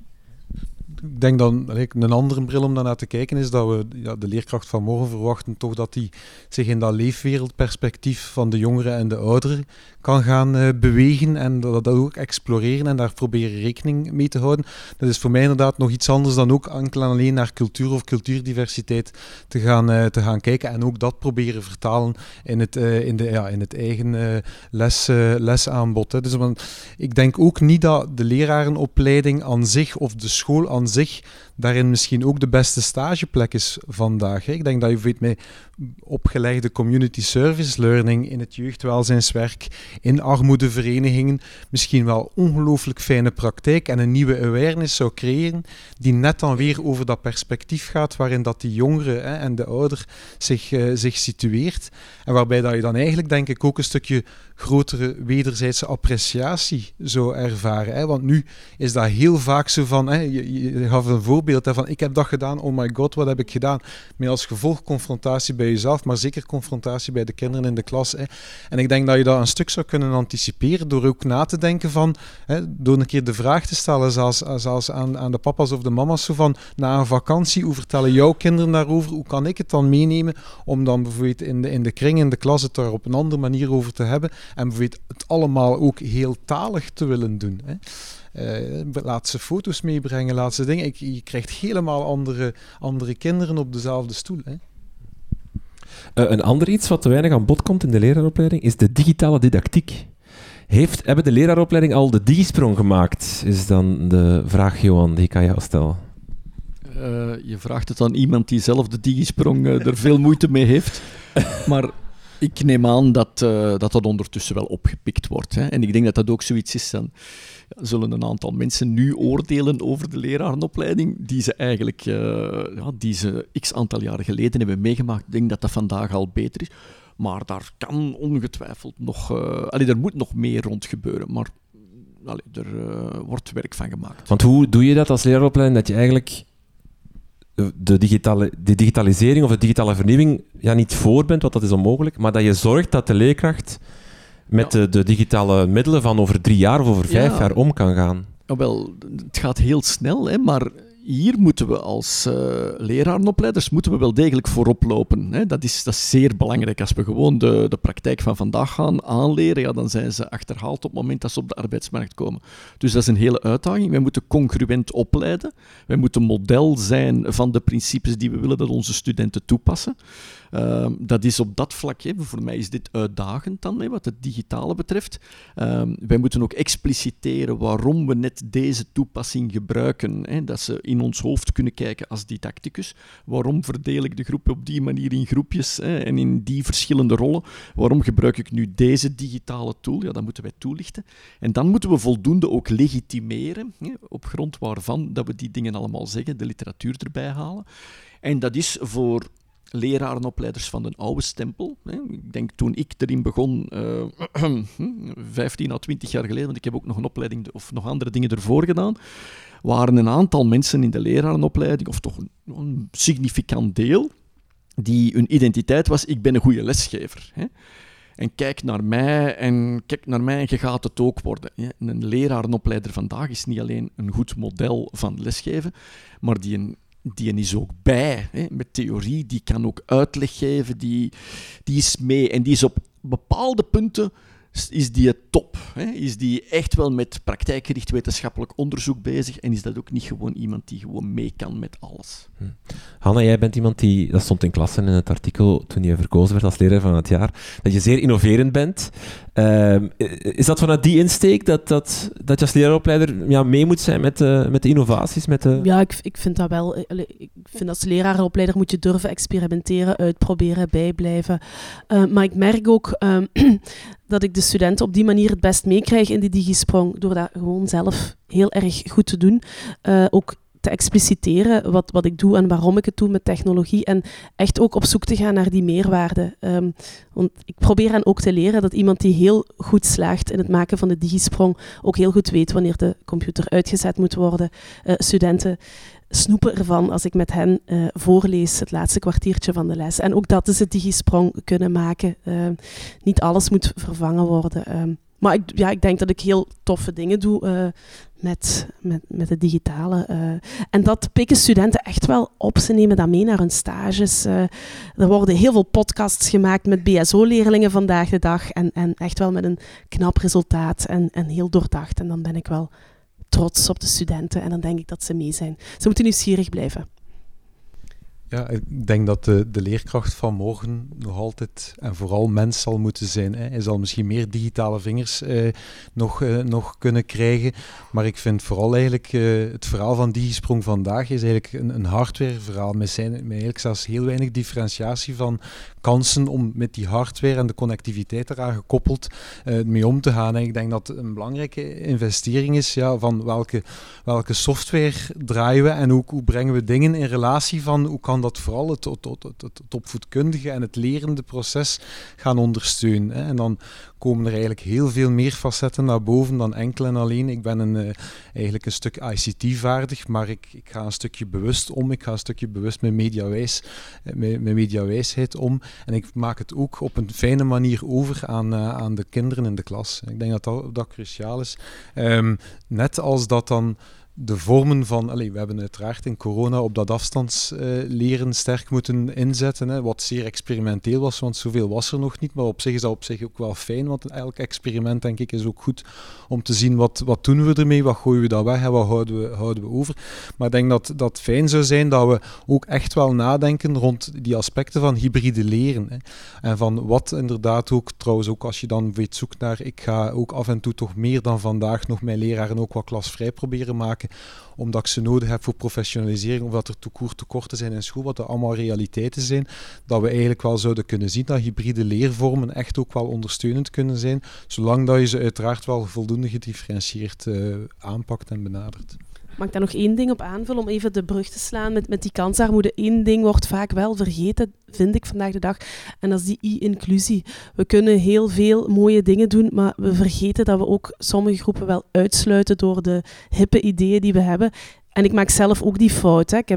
Ik denk dan, een andere bril om daarnaar te kijken is dat we de leerkracht van morgen verwachten toch dat die zich in dat leefwereldperspectief van de jongeren en de ouderen kan gaan bewegen en dat ook exploreren en daar proberen rekening mee te houden. Dat is voor mij inderdaad nog iets anders dan ook enkel en alleen naar cultuur of cultuurdiversiteit te gaan kijken en ook dat proberen vertalen in het eigen lesaanbod. Hè. Dus, ik denk ook niet dat de lerarenopleiding aan zich of de school aan zich daarin misschien ook de beste stageplek is vandaag. Hè. Ik denk dat je weet met opgelegde community service learning in het jeugdwelzijnswerk, in armoedeverenigingen, misschien wel ongelooflijk fijne praktijk en een nieuwe awareness zou creëren, die net dan weer over dat perspectief gaat waarin dat die jongere en de ouder zich situeert. En waarbij dat je dan eigenlijk, denk ik, ook een stukje grotere wederzijdse appreciatie zou ervaren. Hè. Want nu is dat heel vaak zo van, je gaf een voorbeeld voorbeeld, hè, van ik heb dat gedaan, oh my god, wat heb ik gedaan? Met als gevolg confrontatie bij jezelf, maar zeker confrontatie bij de kinderen in de klas. Hè. En ik denk dat je dat een stuk zou kunnen anticiperen door ook na te denken van, door een keer de vraag te stellen, zelfs aan de papa's of de mama's, zo van, na een vakantie, hoe vertellen jouw kinderen daarover? Hoe kan ik het dan meenemen om dan bijvoorbeeld in de kring, in de klas, het daar op een andere manier over te hebben en bijvoorbeeld het allemaal ook heel talig te willen doen. Hè? Laat ze foto's meebrengen, laat ze dingen. Je krijgt helemaal andere kinderen op dezelfde stoel. Hè? Een ander iets wat te weinig aan bod komt in de leraaropleiding is de digitale didactiek. Hebben de leraaropleiding al de digisprong gemaakt? Is dan de vraag, Johan, die ik aan jou stel. Je vraagt het aan iemand die zelf de digisprong er veel moeite mee heeft. Maar ik neem aan dat ondertussen wel opgepikt wordt. Hè. En ik denk dat dat ook zoiets is dan... Zullen een aantal mensen nu oordelen over de lerarenopleiding die ze eigenlijk die ze x aantal jaren geleden hebben meegemaakt. Ik denk dat dat vandaag al beter is. Maar daar kan ongetwijfeld nog... er moet nog meer rond gebeuren, maar er wordt werk van gemaakt. Want hoe doe je dat als leraaropleiding, dat je eigenlijk de digitalisering of de digitale vernieuwing niet voor bent, want dat is onmogelijk, maar dat je zorgt dat de leerkracht met de digitale middelen van over 3 jaar of over 5 jaar om kan gaan? Wel, het gaat heel snel, hè, maar hier moeten we als lerarenopleiders wel degelijk voorop lopen. Hè. Dat is zeer belangrijk. Als we gewoon de praktijk van vandaag gaan aanleren, dan zijn ze achterhaald op het moment dat ze op de arbeidsmarkt komen. Dus dat is een hele uitdaging. Wij moeten congruent opleiden. Wij moeten model zijn van de principes die we willen dat onze studenten toepassen. Dat is op dat vlak, voor mij is dit uitdagend dan, wat het digitale betreft. Wij moeten ook expliciteren waarom we net deze toepassing gebruiken. Dat ze in ons hoofd kunnen kijken als didacticus. Waarom verdeel ik de groep op die manier in groepjes en in die verschillende rollen? Waarom gebruik ik nu deze digitale tool? Ja, dat moeten wij toelichten. En dan moeten we voldoende ook legitimeren, op grond waarvan dat we die dingen allemaal zeggen, de literatuur erbij halen. En dat is voor lerarenopleiders van de oude stempel. Ik denk toen ik erin begon, 15 à 20 jaar geleden, want ik heb ook nog een opleiding of nog andere dingen ervoor gedaan, waren een aantal mensen in de lerarenopleiding, of toch een significant deel, die hun identiteit was, ik ben een goede lesgever. En kijk naar mij en je gaat het ook worden. Een lerarenopleider vandaag is niet alleen een goed model van lesgeven, maar die is ook bij, met theorie, die kan ook uitleg geven, die is mee en die is op bepaalde punten is die het top. Is die echt wel met praktijkgericht wetenschappelijk onderzoek bezig en is dat ook niet gewoon iemand die gewoon mee kan met alles. Hanna, jij bent iemand dat stond in klassen in het artikel toen je verkozen werd als leraar van het jaar, dat je zeer innoverend bent. Is dat vanuit die insteek dat je als leraaropleider mee moet zijn met de innovaties? Ja, ik vind dat wel. Ik vind als lerarenopleider moet je durven experimenteren, uitproberen, bijblijven. Maar ik merk ook dat ik de studenten op die manier het best meekrijg in die digisprong, door dat gewoon zelf heel erg goed te doen. Ook te expliciteren wat ik doe en waarom ik het doe met technologie en echt ook op zoek te gaan naar die meerwaarde. Want ik probeer hen ook te leren dat iemand die heel goed slaagt in het maken van de digisprong ook heel goed weet wanneer de computer uitgezet moet worden. Studenten snoepen ervan als ik met hen voorlees het laatste kwartiertje van de les. En ook dat is het digisprong kunnen maken. Niet alles moet vervangen worden. Maar ik denk dat ik heel toffe dingen doe met het digitale. En dat pikken studenten echt wel op. Ze nemen dat mee naar hun stages. Er worden heel veel podcasts gemaakt met BSO-leerlingen vandaag de dag. En echt wel met een knap resultaat en heel doordacht. En dan ben ik wel trots op de studenten en dan denk ik dat ze mee zijn. Ze moeten nieuwsgierig blijven. Ja, ik denk dat de leerkracht van morgen nog altijd en vooral mens zal moeten zijn. Hij zal misschien meer digitale vingers nog kunnen krijgen, maar ik vind vooral eigenlijk het verhaal van Digisprong vandaag is eigenlijk een hardwareverhaal met eigenlijk zelfs heel weinig differentiatie van kansen om met die hardware en de connectiviteit eraan gekoppeld mee om te gaan. En ik denk dat een belangrijke investering is van welke software draaien we en hoe brengen we dingen in relatie van hoe kan gaan dat vooral het opvoedkundige en het lerende proces gaan ondersteunen. Hè. En dan komen er eigenlijk heel veel meer facetten naar boven dan enkel en alleen. Ik ben eigenlijk een stuk ICT-vaardig, maar ik ga een stukje bewust om. Ik ga een stukje bewust met mediawijsheid om. En ik maak het ook op een fijne manier over aan de kinderen in de klas. Ik denk dat cruciaal is. Net als dat dan de vormen van... we hebben uiteraard in corona op dat afstandsleren sterk moeten inzetten, hè, wat zeer experimenteel was, want zoveel was er nog niet. Maar op zich is dat op zich ook wel fijn, want elk experiment, denk ik, is ook goed om te zien wat doen we ermee, wat gooien we dan weg en wat houden we over. Maar ik denk dat het fijn zou zijn dat we ook echt wel nadenken rond die aspecten van hybride leren. Hè. En van wat inderdaad ook, trouwens ook als je dan weet zoekt naar... Ik ga ook af en toe toch meer dan vandaag nog mijn leraren ook wat klasvrij proberen maken, omdat ik ze nodig heb voor professionalisering, of dat er tekorten zijn in school, wat er allemaal realiteiten zijn, dat we eigenlijk wel zouden kunnen zien dat hybride leervormen echt ook wel ondersteunend kunnen zijn, zolang dat je ze uiteraard wel voldoende gedifferentieerd aanpakt en benadert. Mag ik daar nog één ding op aanvullen om even de brug te slaan met die kansarmoede? Eén ding wordt vaak wel vergeten, vind ik vandaag de dag, en dat is die i-inclusie. We kunnen heel veel mooie dingen doen, maar we vergeten dat we ook sommige groepen wel uitsluiten door de hippe ideeën die we hebben. En ik maak zelf ook die fout. Hè.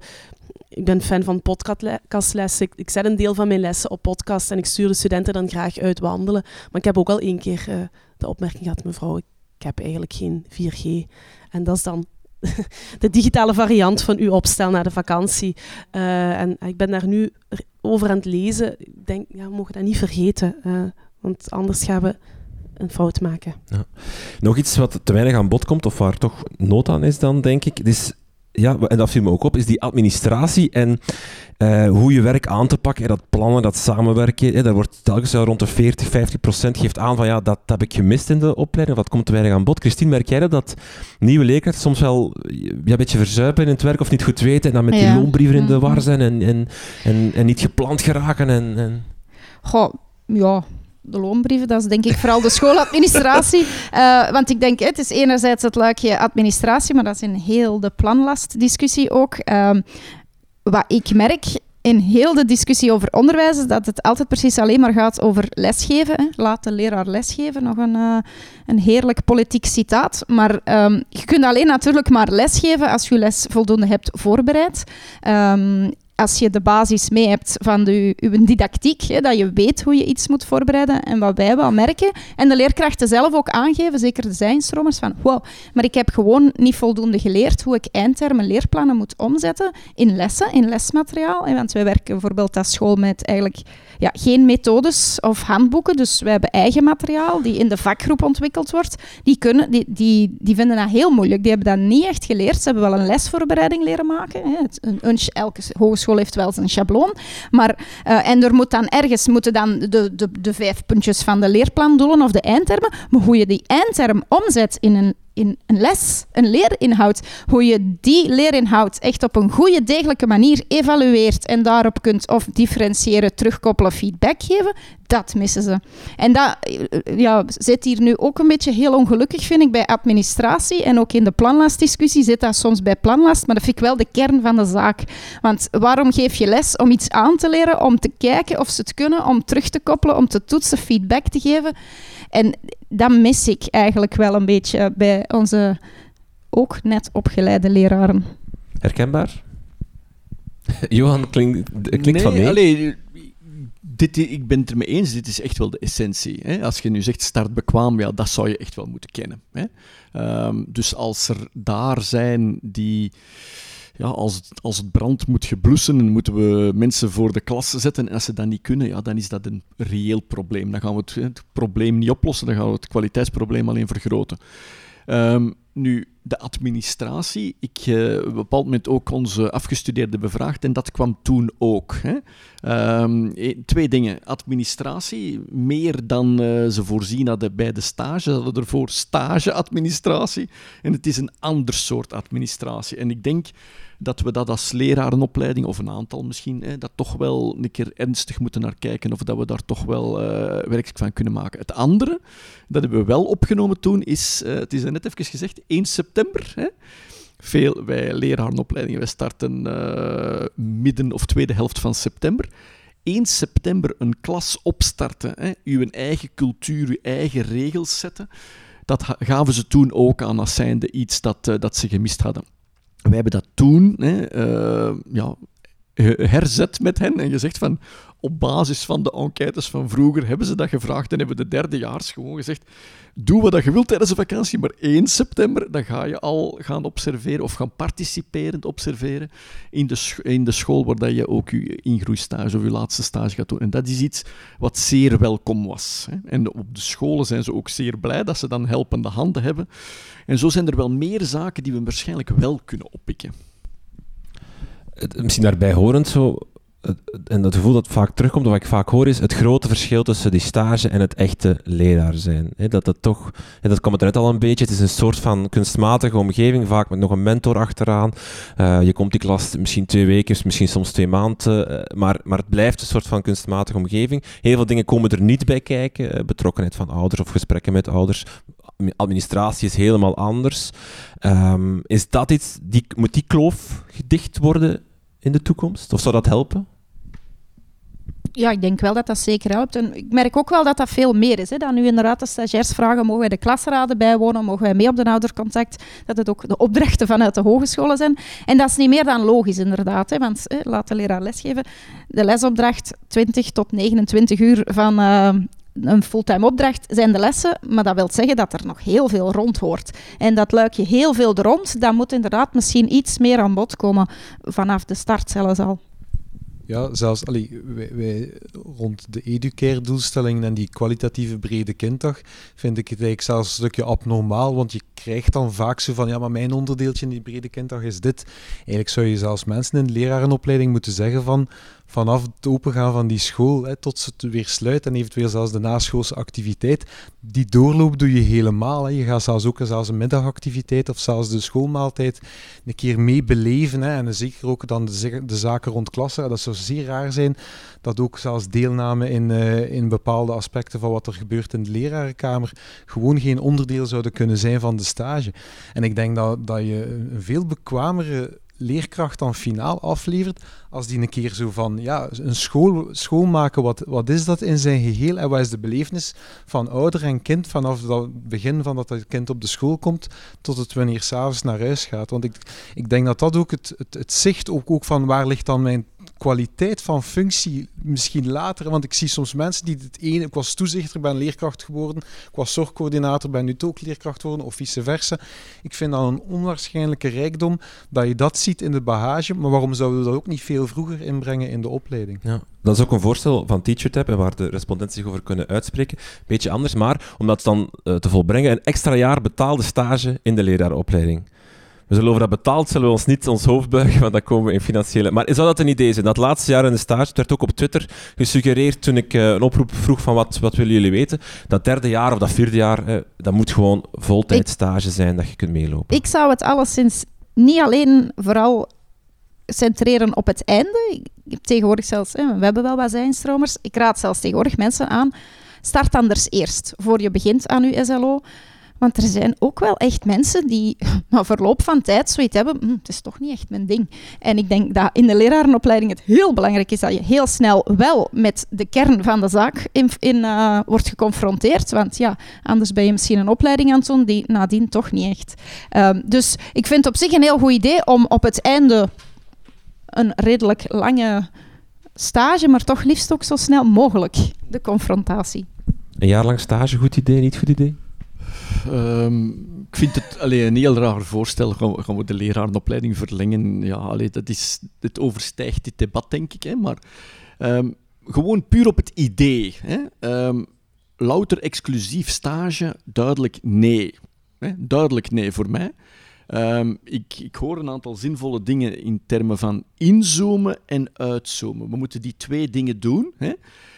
Ik ben fan van podcastlessen. Ik zet een deel van mijn lessen op podcast en ik stuur de studenten dan graag uit wandelen. Maar ik heb ook al 1 keer de opmerking gehad, mevrouw, ik heb eigenlijk geen 4G. En dat is dan de digitale variant van uw opstel na de vakantie. En ik ben daar nu over aan het lezen. Ik denk, we mogen dat niet vergeten. Want anders gaan we een fout maken. Ja. Nog iets wat te weinig aan bod komt, of waar toch nood aan is dan, denk ik. Dus, en dat viel me ook op, is die administratie en hoe je werk aan te pakken. Dat plannen, dat samenwerken. Daar wordt telkens rond de 40-50% geeft aan van dat heb ik gemist in de opleiding. Of dat komt te weinig aan bod. Christine, merk jij dat nieuwe leerkrachten soms wel een beetje verzuipen in het werk of niet goed weten en dan met die loonbrieven in de war zijn en niet gepland geraken? Goh, ja... De loonbrieven, dat is denk ik vooral de schooladministratie. Want ik denk, het is enerzijds het luikje administratie, maar dat is in heel de planlastdiscussie ook. Wat ik merk in heel de discussie over onderwijs is dat het altijd precies alleen maar gaat over lesgeven. Hè. Laat de leraar lesgeven, nog een heerlijk politiek citaat. Maar je kunt alleen natuurlijk maar lesgeven als je les voldoende hebt voorbereid. Als je de basis mee hebt van uw didactiek, hè, dat je weet hoe je iets moet voorbereiden. En wat wij wel merken, en de leerkrachten zelf ook aangeven, zeker de zijnstromers, van wow, maar ik heb gewoon niet voldoende geleerd hoe ik eindtermen leerplannen moet omzetten in lessen, in lesmateriaal. Want wij werken bijvoorbeeld als school met eigenlijk geen methodes of handboeken, dus wij hebben eigen materiaal die in de vakgroep ontwikkeld wordt. Die vinden dat heel moeilijk. Die hebben dat niet echt geleerd. Ze hebben wel een lesvoorbereiding leren maken. Hè. Elke hogeschool heeft wel zijn schabloon. Maar, en er moet dan ergens de 5 puntjes van de leerplandoelen of de eindtermen, maar hoe je die eindterm omzet in een les, een leerinhoud, hoe je die leerinhoud echt op een goede, degelijke manier evalueert en daarop kunt of differentiëren, terugkoppelen, feedback geven, dat missen ze. En dat zit hier nu ook een beetje heel ongelukkig, vind ik, bij administratie en ook in de planlastdiscussie zit dat soms bij planlast, maar dat vind ik wel de kern van de zaak. Want waarom geef je les? Om iets aan te leren, om te kijken of ze het kunnen, om terug te koppelen, om te toetsen, feedback te geven. En dat mis ik eigenlijk wel een beetje bij onze ook net opgeleide leraren. Herkenbaar? Johan, klinkt van nee. Ik ben het ermee eens, dit is echt wel de essentie. Hè? Als je nu zegt start bekwaam, dat zou je echt wel moeten kennen. Hè? Dus als er daar zijn die... als het brand moet geblussen, dan moeten we mensen voor de klas zetten. En als ze dat niet kunnen, dan is dat een reëel probleem. Dan gaan we het probleem niet oplossen, dan gaan we het kwaliteitsprobleem alleen vergroten. Nu, de administratie. Ik heb op een bepaald moment ook onze afgestudeerden bevraagd en dat kwam toen ook. Hè. 2 dingen. Administratie, meer dan ze voorzien hadden bij de stage. Ze hadden ervoor stageadministratie. En het is een ander soort administratie. En ik denk dat we dat als lerarenopleiding, of een aantal misschien, dat toch wel een keer ernstig moeten naar kijken of dat we daar toch wel werk van kunnen maken. Het andere, dat hebben we wel opgenomen toen, is, het is net even gezegd, 1 september. Hè? Wij lerarenopleidingen, wij starten midden of tweede helft van september. 1 september een klas opstarten, hè, uw eigen cultuur, uw eigen regels zetten, dat gaven ze toen ook aan als zijnde iets dat ze gemist hadden. Wij hebben dat toen herzet met hen en gezegd van, op basis van de enquêtes van vroeger hebben ze dat gevraagd en hebben de derdejaars gewoon gezegd, doe wat je wilt tijdens de vakantie, maar 1 september dan ga je al gaan observeren of gaan participerend observeren in de school waar dat je ook je ingroeistage of je laatste stage gaat doen. En dat is iets wat zeer welkom was. Hè. En op de scholen zijn ze ook zeer blij dat ze dan helpende handen hebben. En zo zijn er wel meer zaken die we waarschijnlijk wel kunnen oppikken. Misschien daarbij horend zo, en het gevoel dat vaak terugkomt, wat ik vaak hoor, is het grote verschil tussen die stage en het echte leraar zijn. Dat kwam het net al een beetje, het is een soort van kunstmatige omgeving, vaak met nog een mentor achteraan. Je komt die klas misschien 2 weken, misschien soms 2 maanden, maar het blijft een soort van kunstmatige omgeving. Heel veel dingen komen er niet bij kijken, betrokkenheid van ouders of gesprekken met ouders. Administratie is helemaal anders. Is dat iets, moet die kloof gedicht worden in de toekomst? Of zou dat helpen? Ja, ik denk wel dat dat zeker helpt. En ik merk ook wel dat dat veel meer is. Hè. Dat nu inderdaad de stagiairs vragen, mogen wij de klasraden bijwonen, mogen wij mee op de oudercontact, dat het ook de opdrachten vanuit de hogescholen zijn. En dat is niet meer dan logisch, inderdaad. Hè, want laat de leraar lesgeven. De lesopdracht, 20 tot 29 uur van een fulltime opdracht, zijn de lessen, maar dat wil zeggen dat er nog heel veel rond hoort. En dat luikje heel veel er rond, dat moet inderdaad misschien iets meer aan bod komen vanaf de start zelfs al. Ja, zelfs wij rond de educare-doelstellingen en die kwalitatieve brede kinddag vind ik het eigenlijk zelfs een stukje abnormaal, want je krijgt dan vaak zo van, ja, maar mijn onderdeeltje in die brede kinddag is dit. Eigenlijk zou je zelfs mensen in de lerarenopleiding moeten zeggen van, vanaf het opengaan van die school tot ze het weer sluit en eventueel zelfs de naschoolse activiteit, die doorloop doe je helemaal. Je gaat zelfs een middagactiviteit of zelfs de schoolmaaltijd een keer mee beleven. En zeker ook dan de zaken rond klassen. Dat zou zeer raar zijn dat ook zelfs deelname in bepaalde aspecten van wat er gebeurt in de lerarenkamer gewoon geen onderdeel zouden kunnen zijn van de stage. En ik denk dat je een veel bekwamere leerkracht dan finaal aflevert, als die een keer zo van, ja, een school maken, wat is dat in zijn geheel en wat is de belevenis van ouder en kind vanaf het begin van dat het kind op de school komt tot het wanneer 's avonds naar huis gaat. Want ik denk dat dat ook het zicht ook van waar ligt dan mijn kwaliteit van functie misschien later, want ik zie soms mensen die het ene, ik was toezichter, ben leerkracht geworden, ik was zorgcoördinator, ben nu ook leerkracht geworden, of vice versa. Ik vind dat een onwaarschijnlijke rijkdom dat je dat ziet in de bagage, maar waarom zouden we dat ook niet veel vroeger inbrengen in de opleiding? Ja, dat is ook een voorstel van TeacherTap en waar de respondenten zich over kunnen uitspreken. Beetje anders, maar om dat dan te volbrengen, een extra jaar betaalde stage in de lerarenopleiding. We zullen over dat betaald zullen we ons niet ons hoofd buigen, want dan komen we in financiële... Maar zou dat een idee zijn? Dat laatste jaar in de stage, het werd ook op Twitter gesuggereerd toen ik een oproep vroeg van wat willen jullie weten? Dat 3e jaar of dat 4e jaar, dat moet gewoon voltijdstage zijn dat je kunt meelopen. Ik zou het alleszins niet alleen vooral centreren op het einde. Ik heb tegenwoordig zelfs, we hebben wel wat zijnstromers, ik raad zelfs tegenwoordig mensen aan, start anders eerst, voor je begint aan je SLO. Want er zijn ook wel echt mensen die na verloop van tijd zoiets hebben, het is toch niet echt mijn ding. En ik denk dat in de lerarenopleiding het heel belangrijk is dat je heel snel wel met de kern van de zaak wordt geconfronteerd. Want ja, anders ben je misschien een opleiding aan het doen die nadien toch niet echt. Dus ik vind het op zich een heel goed idee om op het einde een redelijk lange stage, maar toch liefst ook zo snel mogelijk de confrontatie. Een jaar lang stage, goed idee, niet goed idee? Ik vind het een heel raar voorstel. Gaan we de lerarenopleiding verlengen? Ja, het overstijgt dit debat, denk ik. Hè, maar gewoon puur op het idee. Hè, louter exclusief stage, duidelijk nee. Hè, duidelijk nee voor mij. Ik hoor een aantal zinvolle dingen in termen van inzoomen en uitzoomen. We moeten die 2 dingen doen. Hè.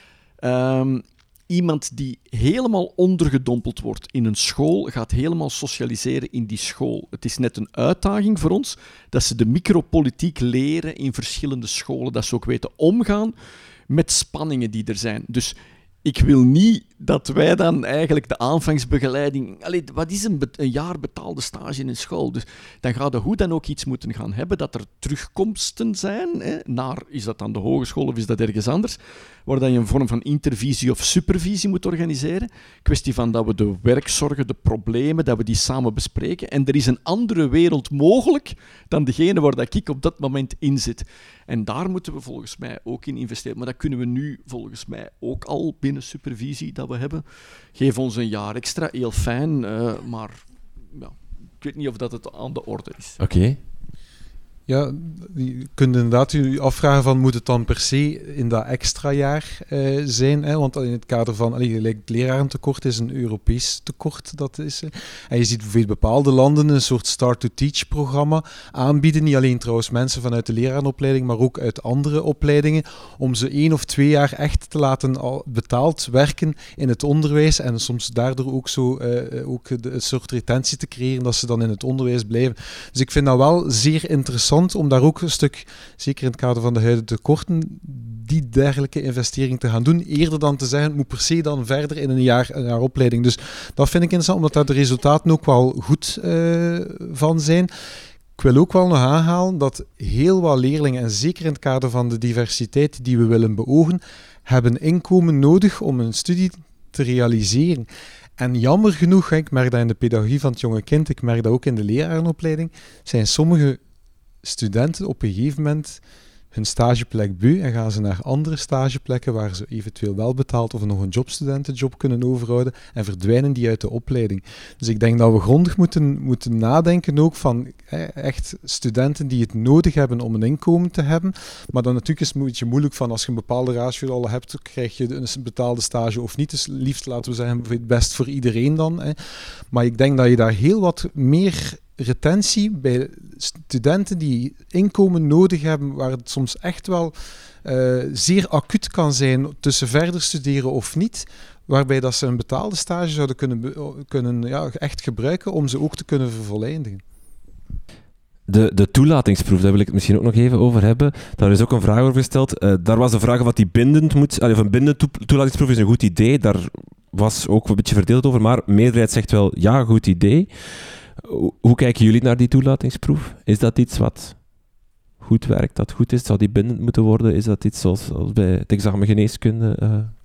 Iemand die helemaal ondergedompeld wordt in een school, gaat helemaal socialiseren in die school. Het is net een uitdaging voor ons dat ze de micropolitiek leren in verschillende scholen. Dat ze ook weten omgaan met spanningen die er zijn. Dus Ik wil niet dat wij dan eigenlijk de aanvangsbegeleiding... Allee, wat is een jaar betaalde stage in een school? Dus dan gaat er hoe dan ook iets moeten gaan hebben, dat er terugkomsten zijn, naar, is dat aan de hogeschool of is dat ergens anders, waar dan je een vorm van intervisie of supervisie moet organiseren. Kwestie van dat we de werkzorgen, de problemen, dat we die samen bespreken. En er is een andere wereld mogelijk dan degene waar dat ik op dat moment in zit. En daar moeten we volgens mij ook in investeren. Maar dat kunnen we nu volgens mij ook al binnen supervisie dat we hebben. Geef ons een jaar extra, heel fijn, maar ja, ik weet niet of dat het aan de orde is. Oké. Ja, je kunt inderdaad je afvragen van, moet het dan per se in dat extra jaar zijn? Hè? Want in het kader van, het lerarentekort is een Europees tekort. Dat is, en je ziet bijvoorbeeld bepaalde landen een soort start-to-teach-programma aanbieden. Niet alleen trouwens mensen vanuit de lerarenopleiding, maar ook uit andere opleidingen. Om ze 1 of 2 jaar echt te laten betaald werken in het onderwijs. En soms daardoor ook zo ook een soort retentie te creëren dat ze dan in het onderwijs blijven. Dus ik vind dat wel zeer interessant om daar ook een stuk, zeker in het kader van de huidige tekorten, die dergelijke investering te gaan doen, eerder dan te zeggen, het moet per se dan verder in een jaar opleiding. Dus dat vind ik interessant, omdat daar de resultaten ook wel goed van zijn. Ik wil ook wel nog aanhalen dat heel wat leerlingen, en zeker in het kader van de diversiteit die we willen beogen, hebben inkomen nodig om een studie te realiseren. En jammer genoeg, ik merk dat in de pedagogie van het jonge kind, ik merk dat ook in de lerarenopleiding, zijn sommige studenten op een gegeven moment hun stageplek beu en gaan ze naar andere stageplekken waar ze eventueel wel betaald of nog een jobstudentenjob kunnen overhouden en verdwijnen die uit de opleiding. Dus ik denk dat we grondig moeten nadenken ook van echt studenten die het nodig hebben om een inkomen te hebben. Maar dan natuurlijk is het een beetje moeilijk van als je een bepaalde ratio al hebt, krijg je een betaalde stage of niet. Dus liefst laten we zeggen, best voor iedereen dan. Maar ik denk dat je daar heel wat meer retentie bij studenten die inkomen nodig hebben, waar het soms echt wel zeer acuut kan zijn tussen verder studeren of niet, waarbij dat ze een betaalde stage zouden kunnen echt gebruiken om ze ook te kunnen vervoleindigen. De toelatingsproef, daar wil ik het misschien ook nog even over hebben. Daar is ook een vraag over gesteld. Daar was de vraag of die bindend moet... Of een bindende toelatingsproef is een goed idee. Daar was ook een beetje verdeeld over, maar de meerderheid zegt wel, ja, goed idee. Hoe kijken jullie naar die toelatingsproef? Is dat iets wat goed werkt, dat goed is? Zou die bindend moeten worden? Is dat iets zoals bij het examen geneeskunde?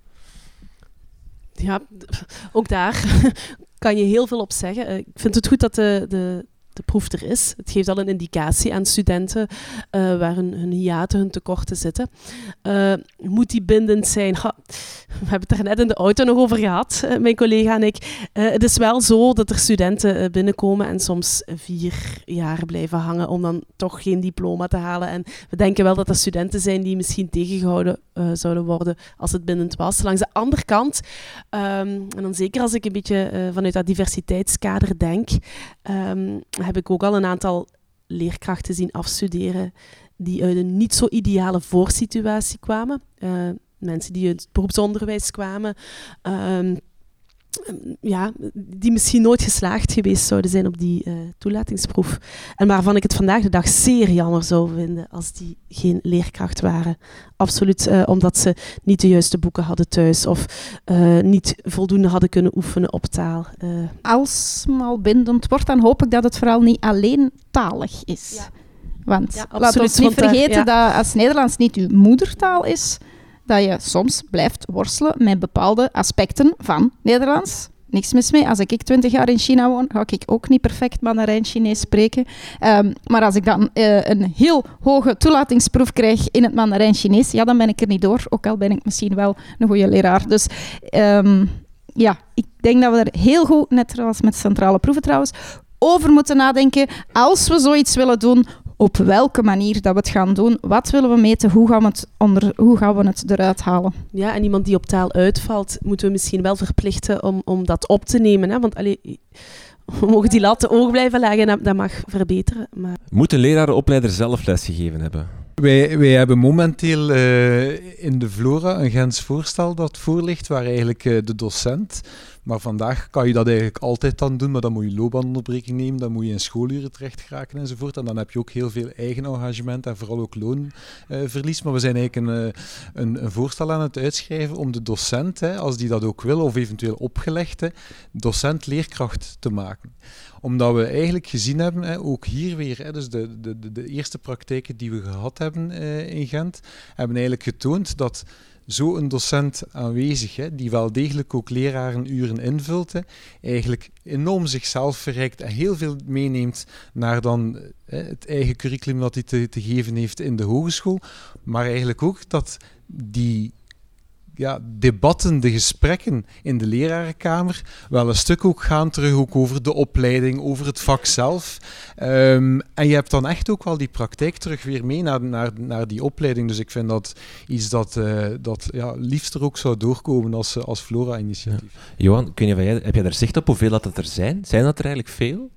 Ja, ook daar kan je heel veel op zeggen. Ik vind het goed dat de proef er is. Het geeft al een indicatie aan studenten waar hun hiaten, hun tekorten zitten. Moet die bindend zijn? We hebben het er net in de auto nog over gehad, mijn collega en ik. Het is wel zo dat er studenten binnenkomen en soms 4 jaar blijven hangen om dan toch geen diploma te halen. En we denken wel dat er studenten zijn die misschien tegengehouden zouden worden als het bindend was. Langs de andere kant, en dan zeker als ik een beetje vanuit dat diversiteitskader denk, heb ik ook al een aantal leerkrachten zien afstuderen die uit een niet zo ideale voorsituatie kwamen. Mensen die uit het beroepsonderwijs kwamen, die misschien nooit geslaagd geweest zouden zijn op die toelatingsproef. En waarvan ik het vandaag de dag zeer jammer zou vinden als die geen leerkracht waren. Absoluut, omdat ze niet de juiste boeken hadden thuis of niet voldoende hadden kunnen oefenen op taal. Als het al bindend wordt, dan hoop ik dat het vooral niet alleen talig is. Ja. Want laat ons niet vergeten dat als Nederlands niet uw moedertaal is, dat je soms blijft worstelen met bepaalde aspecten van Nederlands. Niks mis mee. Als ik 20 jaar in China woon, ga ik ook niet perfect Mandarijn-Chinees spreken. Maar als ik dan een heel hoge toelatingsproef krijg in het Mandarijn-Chinees, dan ben ik er niet door. Ook al ben ik misschien wel een goede leraar. Dus ik denk dat we er heel goed, net zoals met centrale proeven trouwens, over moeten nadenken. Als we zoiets willen doen, op welke manier dat we het gaan doen, wat willen we meten, hoe gaan we het eruit halen. Ja, en iemand die op taal uitvalt, moeten we misschien wel verplichten om dat op te nemen. Hè? Want we mogen die lat oog blijven leggen en dat mag verbeteren. Maar... Moet een lerarenopleider zelf lesgegeven hebben? Wij hebben momenteel in de Flora een Gens voorstel dat voor ligt, waar eigenlijk de docent Maar vandaag kan je dat eigenlijk altijd dan doen, maar dan moet je loopbaanonderbreking nemen, dan moet je in schooluren terecht geraken enzovoort. En dan heb je ook heel veel eigen engagement en vooral ook loonverlies. Maar we zijn eigenlijk een voorstel aan het uitschrijven om de docent, als die dat ook wil, of eventueel opgelegd, docent-leerkracht te maken. Omdat we eigenlijk gezien hebben, ook hier weer, dus de eerste praktijken die we gehad hebben in Gent, hebben eigenlijk getoond dat zo'n docent aanwezig, die wel degelijk ook lerarenuren invult, eigenlijk enorm zichzelf verrijkt en heel veel meeneemt naar dan het eigen curriculum dat hij te geven heeft in de hogeschool, maar eigenlijk ook dat die debatten, de gesprekken in de lerarenkamer wel een stuk ook gaan terug ook over de opleiding, over het vak zelf. En je hebt dan echt ook wel die praktijk terug weer mee naar die opleiding. Dus ik vind dat iets dat liefst er ook zou doorkomen als Flora-initiatief. Ja. Johan, heb jij daar zicht op hoeveel dat er zijn? Zijn dat er eigenlijk veel?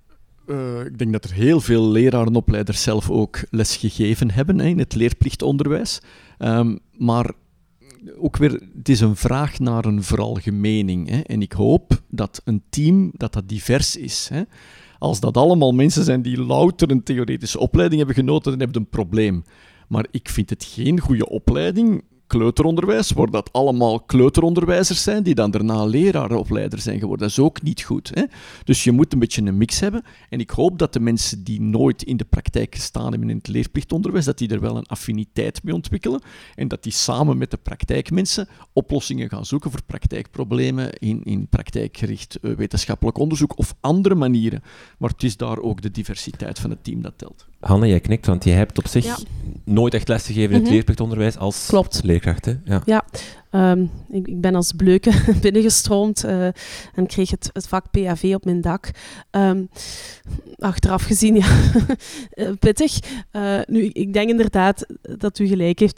Ik denk dat er heel veel lerarenopleiders zelf ook les gegeven hebben in het leerplichtonderwijs. Maar ook weer, het is een vraag naar een veralgemening. En ik hoop dat een team dat divers is. Als dat allemaal mensen zijn die louter een theoretische opleiding hebben genoten, dan heb je een probleem. Maar ik vind het geen goede opleiding, kleuteronderwijs, waar dat allemaal kleuteronderwijzers zijn, die dan daarna lerarenopleider zijn geworden. Dat is ook niet goed. Dus je moet een beetje een mix hebben. En ik hoop dat de mensen die nooit in de praktijk gestaan hebben in het leerplichtonderwijs, dat die er wel een affiniteit mee ontwikkelen en dat die samen met de praktijkmensen oplossingen gaan zoeken voor praktijkproblemen in praktijkgericht wetenschappelijk onderzoek of andere manieren. Maar het is daar ook de diversiteit van het team dat telt. Hanne, jij knikt, want jij hebt op zich nooit echt les gegeven in het leerplichtonderwijs als leerkracht. Hè? Ja. Ik ben als bleuke binnengestroomd en kreeg het vak PAV op mijn dak. Achteraf gezien, pittig. Nu, ik denk inderdaad dat u gelijk heeft.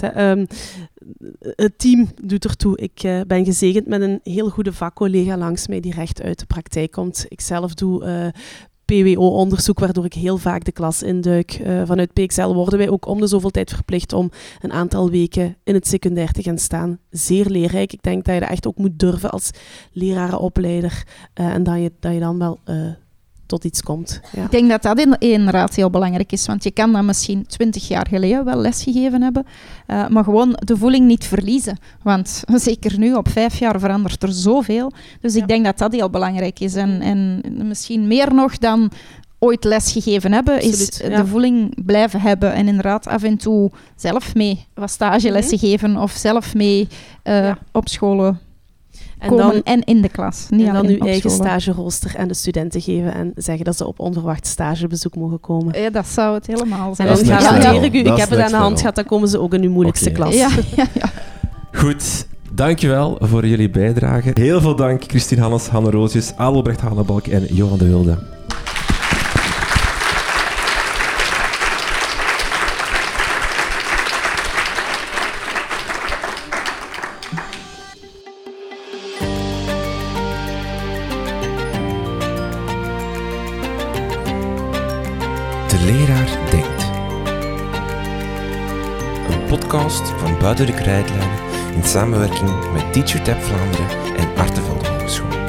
Het team doet ertoe. Ik ben gezegend met een heel goede vakcollega langs mij die recht uit de praktijk komt. Ik zelf doe PWO-onderzoek, waardoor ik heel vaak de klas induik. Vanuit PXL worden wij ook om de zoveel tijd verplicht om een aantal weken in het secundair te gaan staan. Zeer leerrijk. Ik denk dat je dat echt ook moet durven als lerarenopleider en dat je dan wel tot iets komt. Ja. Ik denk dat dat inderdaad heel belangrijk is, want je kan dat misschien 20 jaar geleden wel lesgegeven hebben, maar gewoon de voeling niet verliezen. Want zeker nu, op 5 jaar, verandert er zoveel. Dus ik denk dat dat heel belangrijk is. En misschien meer nog dan ooit lesgegeven hebben, is de voeling blijven hebben en inderdaad af en toe zelf mee wat stagelessen geven of zelf mee op scholen komen en in de klas. Niet en dan uw eigen scholen. stagerooster aan de studenten geven en zeggen dat ze op onverwacht stagebezoek mogen komen. Ja, dat zou het helemaal zijn. En dan garandeer ik u, ik heb het aan de hand level. gehad, dan komen ze ook in uw moeilijkste klas. Ja. Goed, dankjewel voor jullie bijdrage. Heel veel dank Christine Hannes, Hanne Roosjes, Aalobrecht Hanebalk en Johan de Wilde. De Leraar Denkt. Een podcast van Buiten de Krijtlijnen in samenwerking met TeacherTap Vlaanderen en Artevelde Hogeschool.